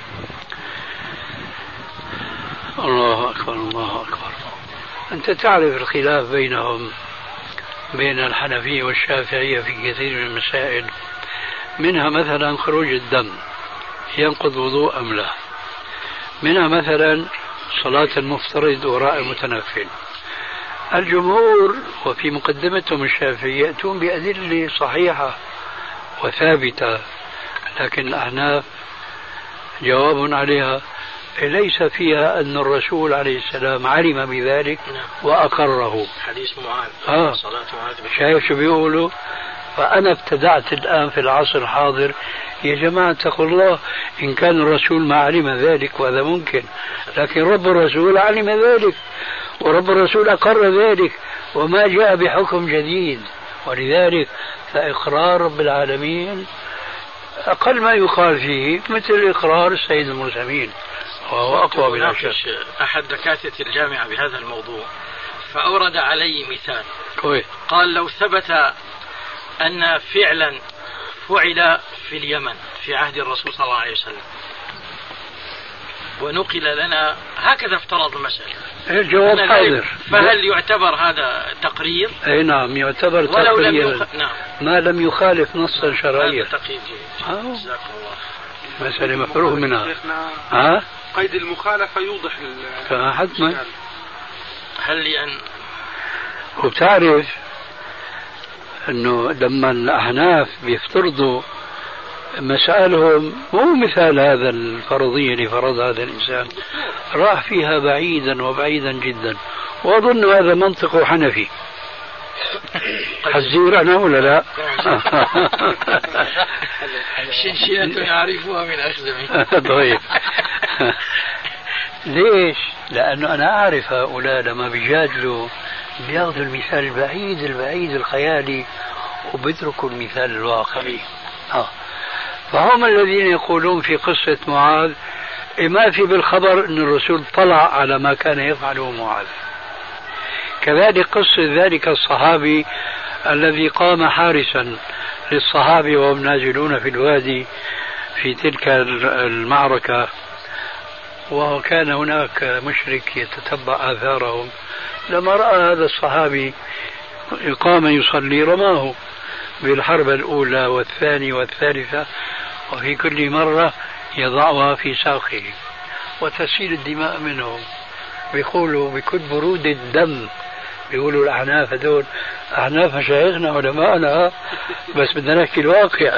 الله أكبر الله أكبر. أنت تعرف الخلاف بينهم بين الحنفية والشافعية في كثير من المسائل، منها مثلا خروج الدم ينقض وضوء أم لا، منها مثلا صلاة المفترض وراء المتنفل. الجمهور وفي مقدمتهم الشافعية يأتون بأدلة صحيحة وثابتة، لكن الأحناف جواب عليها ليس فيها أن الرسول عليه السلام علم بذلك وأقره. حديث معاذ. آه. صلاة معاذ. شايف شو بيقولوا؟ فأنا ابتدعت الآن في العصر الحاضر يا جماعة اتقوا الله، إن كان الرسول ما علم ذلك وهذا ممكن، لكن رب الرسول علم ذلك ورب الرسول أقر ذلك وما جاء بحكم جديد. ولذلك فإقرار رب العالمين أقل ما يقال فيه مثل إقرار السيد المرسلين وهو أقوى بلا شك. أحد دكاترة الجامعة بهذا الموضوع فأورد علي مثال. كويس. قال لو ثبت أن فعلا فعل في اليمن في عهد الرسول صلى الله عليه وسلم ونقل لنا هكذا افترض المسألة، الجواب حاضر. فهل يعتبر هذا تقرير؟ اي نعم يعتبر تقرير نعم. ما لم يخالف نصا شرعيا. هذا تقرير جيد. جزاكم الله. مسألة مفروغ منها. ها؟ قيد المخالفة يوضح حتما. هل لأن وبتعرف انه لما الاحناف بيفترضوا مسائلهم مو مثال هذا الفرضية اللي فرضها هذا الانسان، راح فيها بعيدا وبعيدا جدا، واظن هذا منطق حنفي. حزير انا ولا لا؟ شنشنة نعرفها من أخزمي. طيب. ليش؟ لأنه أنا أعرف هؤلاء لما بيجادلوا بياخذوا المثال البعيد البعيد الخيالي وبيتركوا المثال الواقعي. آه. فهم الذين يقولون في قصة معاذ ما في بالخبر أن الرسول طلع على ما كان يفعله معاذ. كذلك قصة ذلك الصحابي الذي قام حارسا للصحابة وهم نازلون في الوادي في تلك المعركة، وكان هناك مشرك يتتبع آثارهم، لما رأى هذا الصحابي قام يصلي رماه بالحربة الأولى والثانية والثالثة، وفي كل مرة يضعها في ساقه وتسيل الدماء منهم. بيقولوا بكل برود الدم، بيقولوا الأحناف هذول أحناف مشايخنا علماءنا، بس بدنا نحكي الواقع.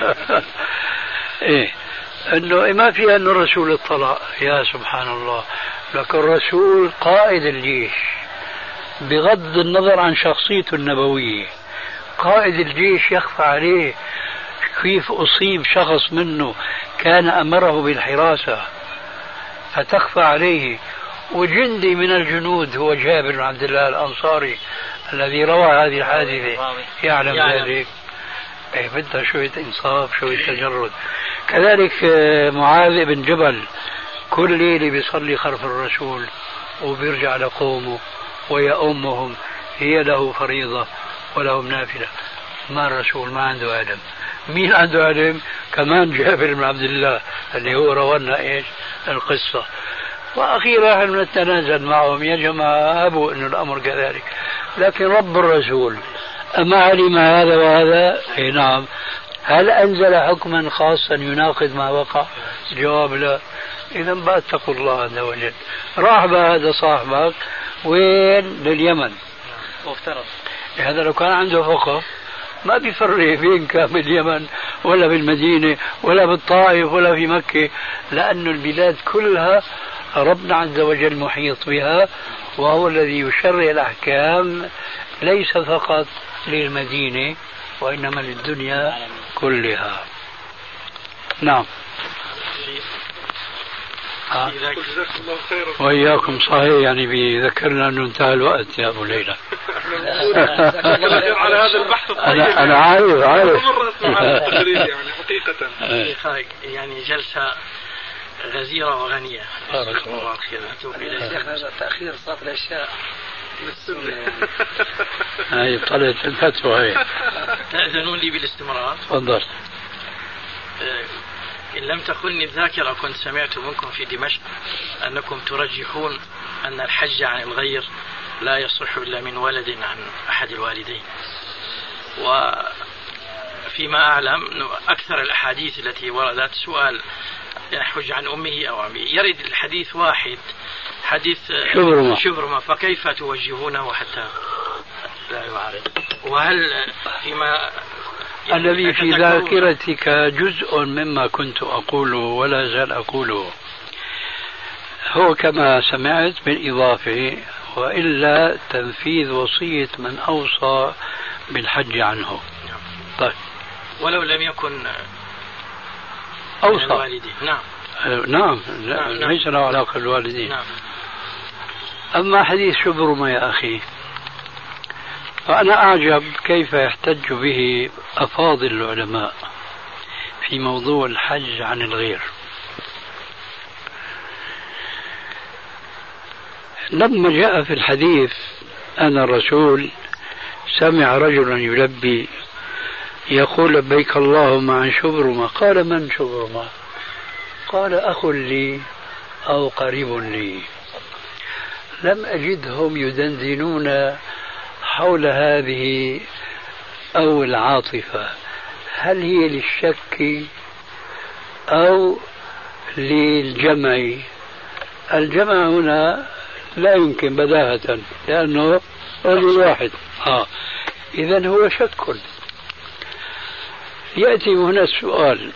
إيه انه ما فيها انه الرسول اطلع، يا سبحان الله، لكن الرسول قائد الجيش بغض النظر عن شخصيته النبوية، قائد الجيش يخفى عليه كيف اصيب شخص منه كان امره بالحراسة فتخفى عليه، وجندي من الجنود هو جابر بن عبد الله الانصاري الذي روى هذه الحادثة يعلم ذلك. إيه بدها شوية إنصاف شوية تجرد. كذلك معاذ بن جبل كل ليلة بيصلي خلف الرسول وبيرجع لقومه ويأمهم، هي له فريضة ولهم نافلة. ما الرسول ما عنده علم. مين عنده علم؟ كمان جابر بن عبد الله اللي هو روانا إيش القصة. وأخيرا نحن نتنازل معهم، يا جماعة أبوا أن الأمر كذلك، لكن رب الرسول أما علم هذا وهذا؟ إيه نعم. هل أنزل حكما خاصا يناقض ما وقع؟ جواب لا. إذا بقى اتقوا الله عز وجل. راح هذا صاحبك وين؟ لليمن، وافترض هذا لو كان عنده فقه ما بيفرق بين كان باليمن ولا بالمدينة ولا بالطائف ولا في مكة، لأن البلاد كلها ربنا عز وجل محيط بها، وهو الذي يشرع الأحكام ليس فقط للمدينة وإنما للدنيا كلها. نعم. آه. وإياكم صحيح، يعني بيذكرنا أنه انتهى الوقت يا أبو ليلى. على هذا البحث أنا أنا عارف عارف يعني حقيقة يعني جلسة غزيرة وغنية. بارك الله هذا تأخير صرف الأشياء هاي طلعت الفتوى هاي. تأذنون لي بالاستمرار؟ تفضل. إن لم تخني الذاكرة كنت سمعت منكم في دمشق أنكم ترجحون أن الحج عن الغير لا يصح إلا من ولد عن أحد الوالدين، وفيما أعلم أكثر الأحاديث التي وردت سؤال يحج عن أمه أو عمه، يرد الحديث واحد حديث شبرمة, شبرمة فكيف توجهونه حتى لا يعارض؟ وهل فيما الذي في ذاكرتك جزء مما كنت أقوله ولا زال أقوله هو كما سمعت بالإضافة، وإلا تنفيذ وصية من أوصى بالحج عنه. طيب ولو لم يكن أوصى الوالدين. نعم نعم, نعم. ليس له علاقة بالوالدين. نعم. أما حديث شبرمة يا أخي فأنا أعجب كيف يحتج به أفاضل العلماء في موضوع الحج عن الغير. لما جاء في الحديث أن الرسول سمع رجلا يلبي يقول لبيك اللهم عن شبرمة، قال من شبرمة؟ قال أخ لي أو قريب لي. لم أجدهم يدندنون حول هذه أو العاطفة، هل هي للشك أو للجمع؟ الجمع هنا لا يمكن بداهة لأنه رجل واحد. آه. إذن هو شك. يأتي هنا السؤال: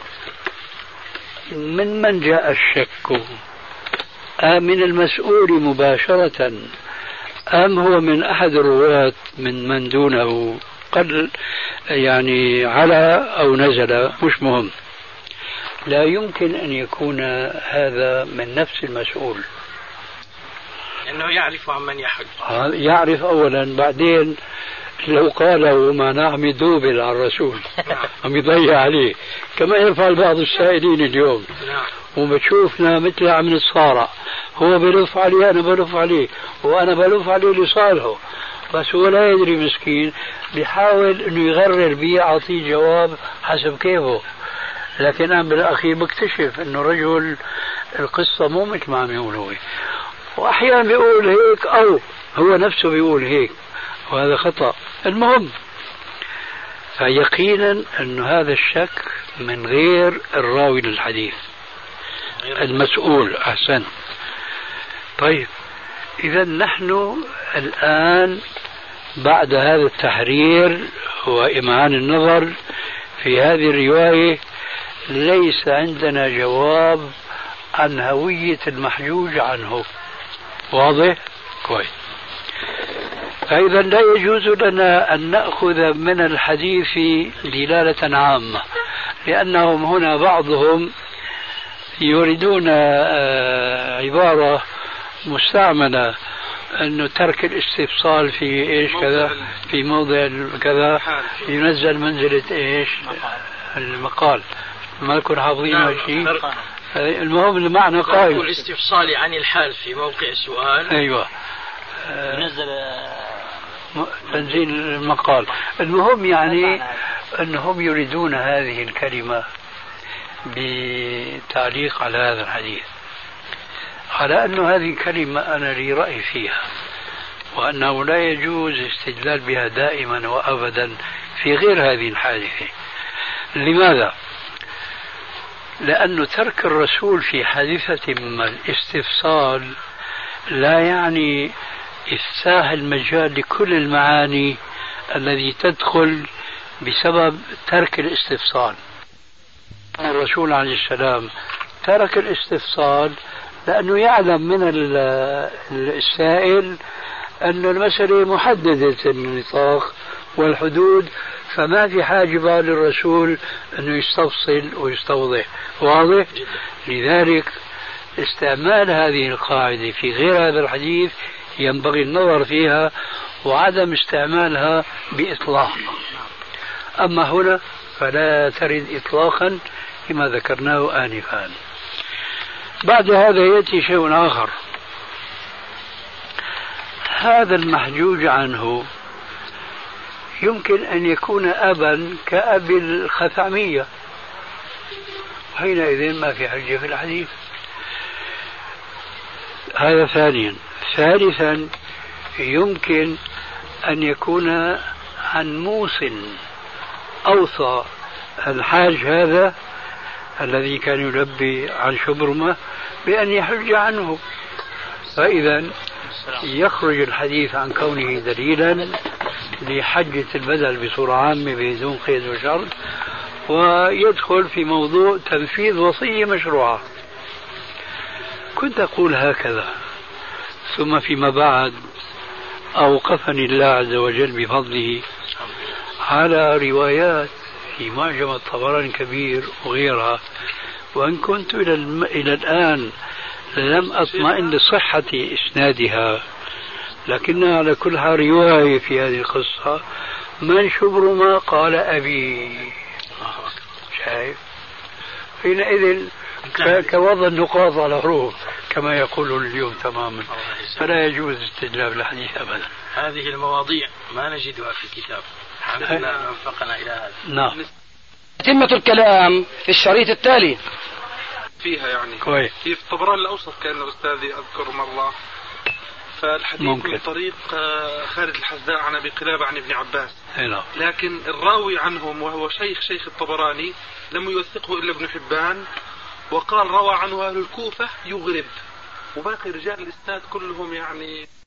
من من جاء الشك؟ أم من المسؤول مباشرة أم هو من أحد الرواة من من دونه قد يعني على أو نزل؟ مش مهم، لا يمكن أن يكون هذا من نفس المسؤول، لأنه يعرف عن من يحج. يعرف أولا، بعدين لو قاله ما عم يدوبل على الرسول عم يضيع عليه كما يفعل بعض السائلين اليوم. وبتشوفنا مثل عم نتصارع، هو بلف عليه أنا بلف عليه وأنا بلف عليه لصالحه، بس هو لا يدري مسكين، بيحاول أنه يغرر بي يعطيه جواب حسب كيفه. لكن أنا بالأخير بكتشف أنه رجل القصة مو مثل ما عم يقول هو، وأحيانا بيقول هيك أو هو نفسه بيقول هيك، وهذا خطأ. المهم، فيقينا أن هذا الشك من غير الراوي للحديث المسؤول. أحسن. طيب، إذا نحن الآن بعد هذا التحرير وإمعان النظر في هذه الرواية ليس عندنا جواب عن هوية المحجوج عنه. واضح؟ كويس. فإذا لا يجوز لنا أن نأخذ من الحديث دلالة عامة، لأنهم هنا بعضهم يريدون عبارة مستعملة أنه ترك الاستفصال في إيش كذا في موضع كذا ينزل منزلة إيش المقال. ما نكون حافظين شيء. المهم المعنى قائم. الاستفصال عن الحال في موقع السؤال. أيوة. ينزل تنزيل المقال. المهم يعني أنهم يريدون هذه الكلمة بتعليق على هذا الحديث، على أن هذه كلمة أنا لي رأي فيها، وأنه لا يجوز استدلال بها دائما وأبدا في غير هذه الحادثة. لماذا؟ لأن ترك الرسول في حادثة من الاستفصال لا يعني إفساح المجال لكل المعاني التي تدخل بسبب ترك الاستفصال. الرسول عليه السلام ترك الاستفصال لأنه يعلم من السائل أن المسألة محددة النطاق والحدود، فما في حاجة للرسول أنه يستفصل ويستوضح. واضح؟ لذلك استعمال هذه القاعدة في غير هذا الحديث ينبغي النظر فيها وعدم استعمالها بإطلاق. أما هنا فلا ترد إطلاقا كما ذكرناه آنفا. بعد هذا يأتي شيء آخر. هذا المحجوج عنه يمكن أن يكون أبا كأب الخثعمية، حينئذ ما في حجة في الحديث. هذا ثانيا. ثالثا، يمكن أن يكون عن موصٍ أوصى الحاج هذا الذي كان يلبي عن شبرمة بأن يحج عنه، فإذا يخرج الحديث عن كونه دليلا لحجة البدل بصورة عامة بدون قيد وشرط، ويدخل في موضوع تنفيذ وصية مشروعة. كنت أقول هكذا، ثم فيما بعد أوقفني الله عز وجل بفضله على روايات في معجم الطبراني الكبير وغيرها، وإن كنت إلى, الم... إلى الآن لم أطمئن لصحة إسنادها، لكنها على كل حال رواية في هذه القصة. من شبرمة قال أبي. شايف؟ حينئذ ك... كوضع النقاط على حروف كما يقولون اليوم تماما. فلا يجوز استدلال الحديث أبدا. هذه المواضيع ما نجدها في الكتاب. الحمد لله أن وفقنا إلى هذا. نعم. تتمة الكلام في الشريط التالي فيها يعني كويس. في الطبراني الأوسط كان أستاذي أذكر مرة، فالحديث ممكن. من طريق خالد الحذاء عن أبي قلابة عن ابن عباس، هنا. لكن الراوي عنهم وهو شيخ شيخ الطبراني لم يوثقه إلا ابن حبان، وقال روى عنه أهل الكوفة يغرب، وباقي رجال الإسناد كلهم يعني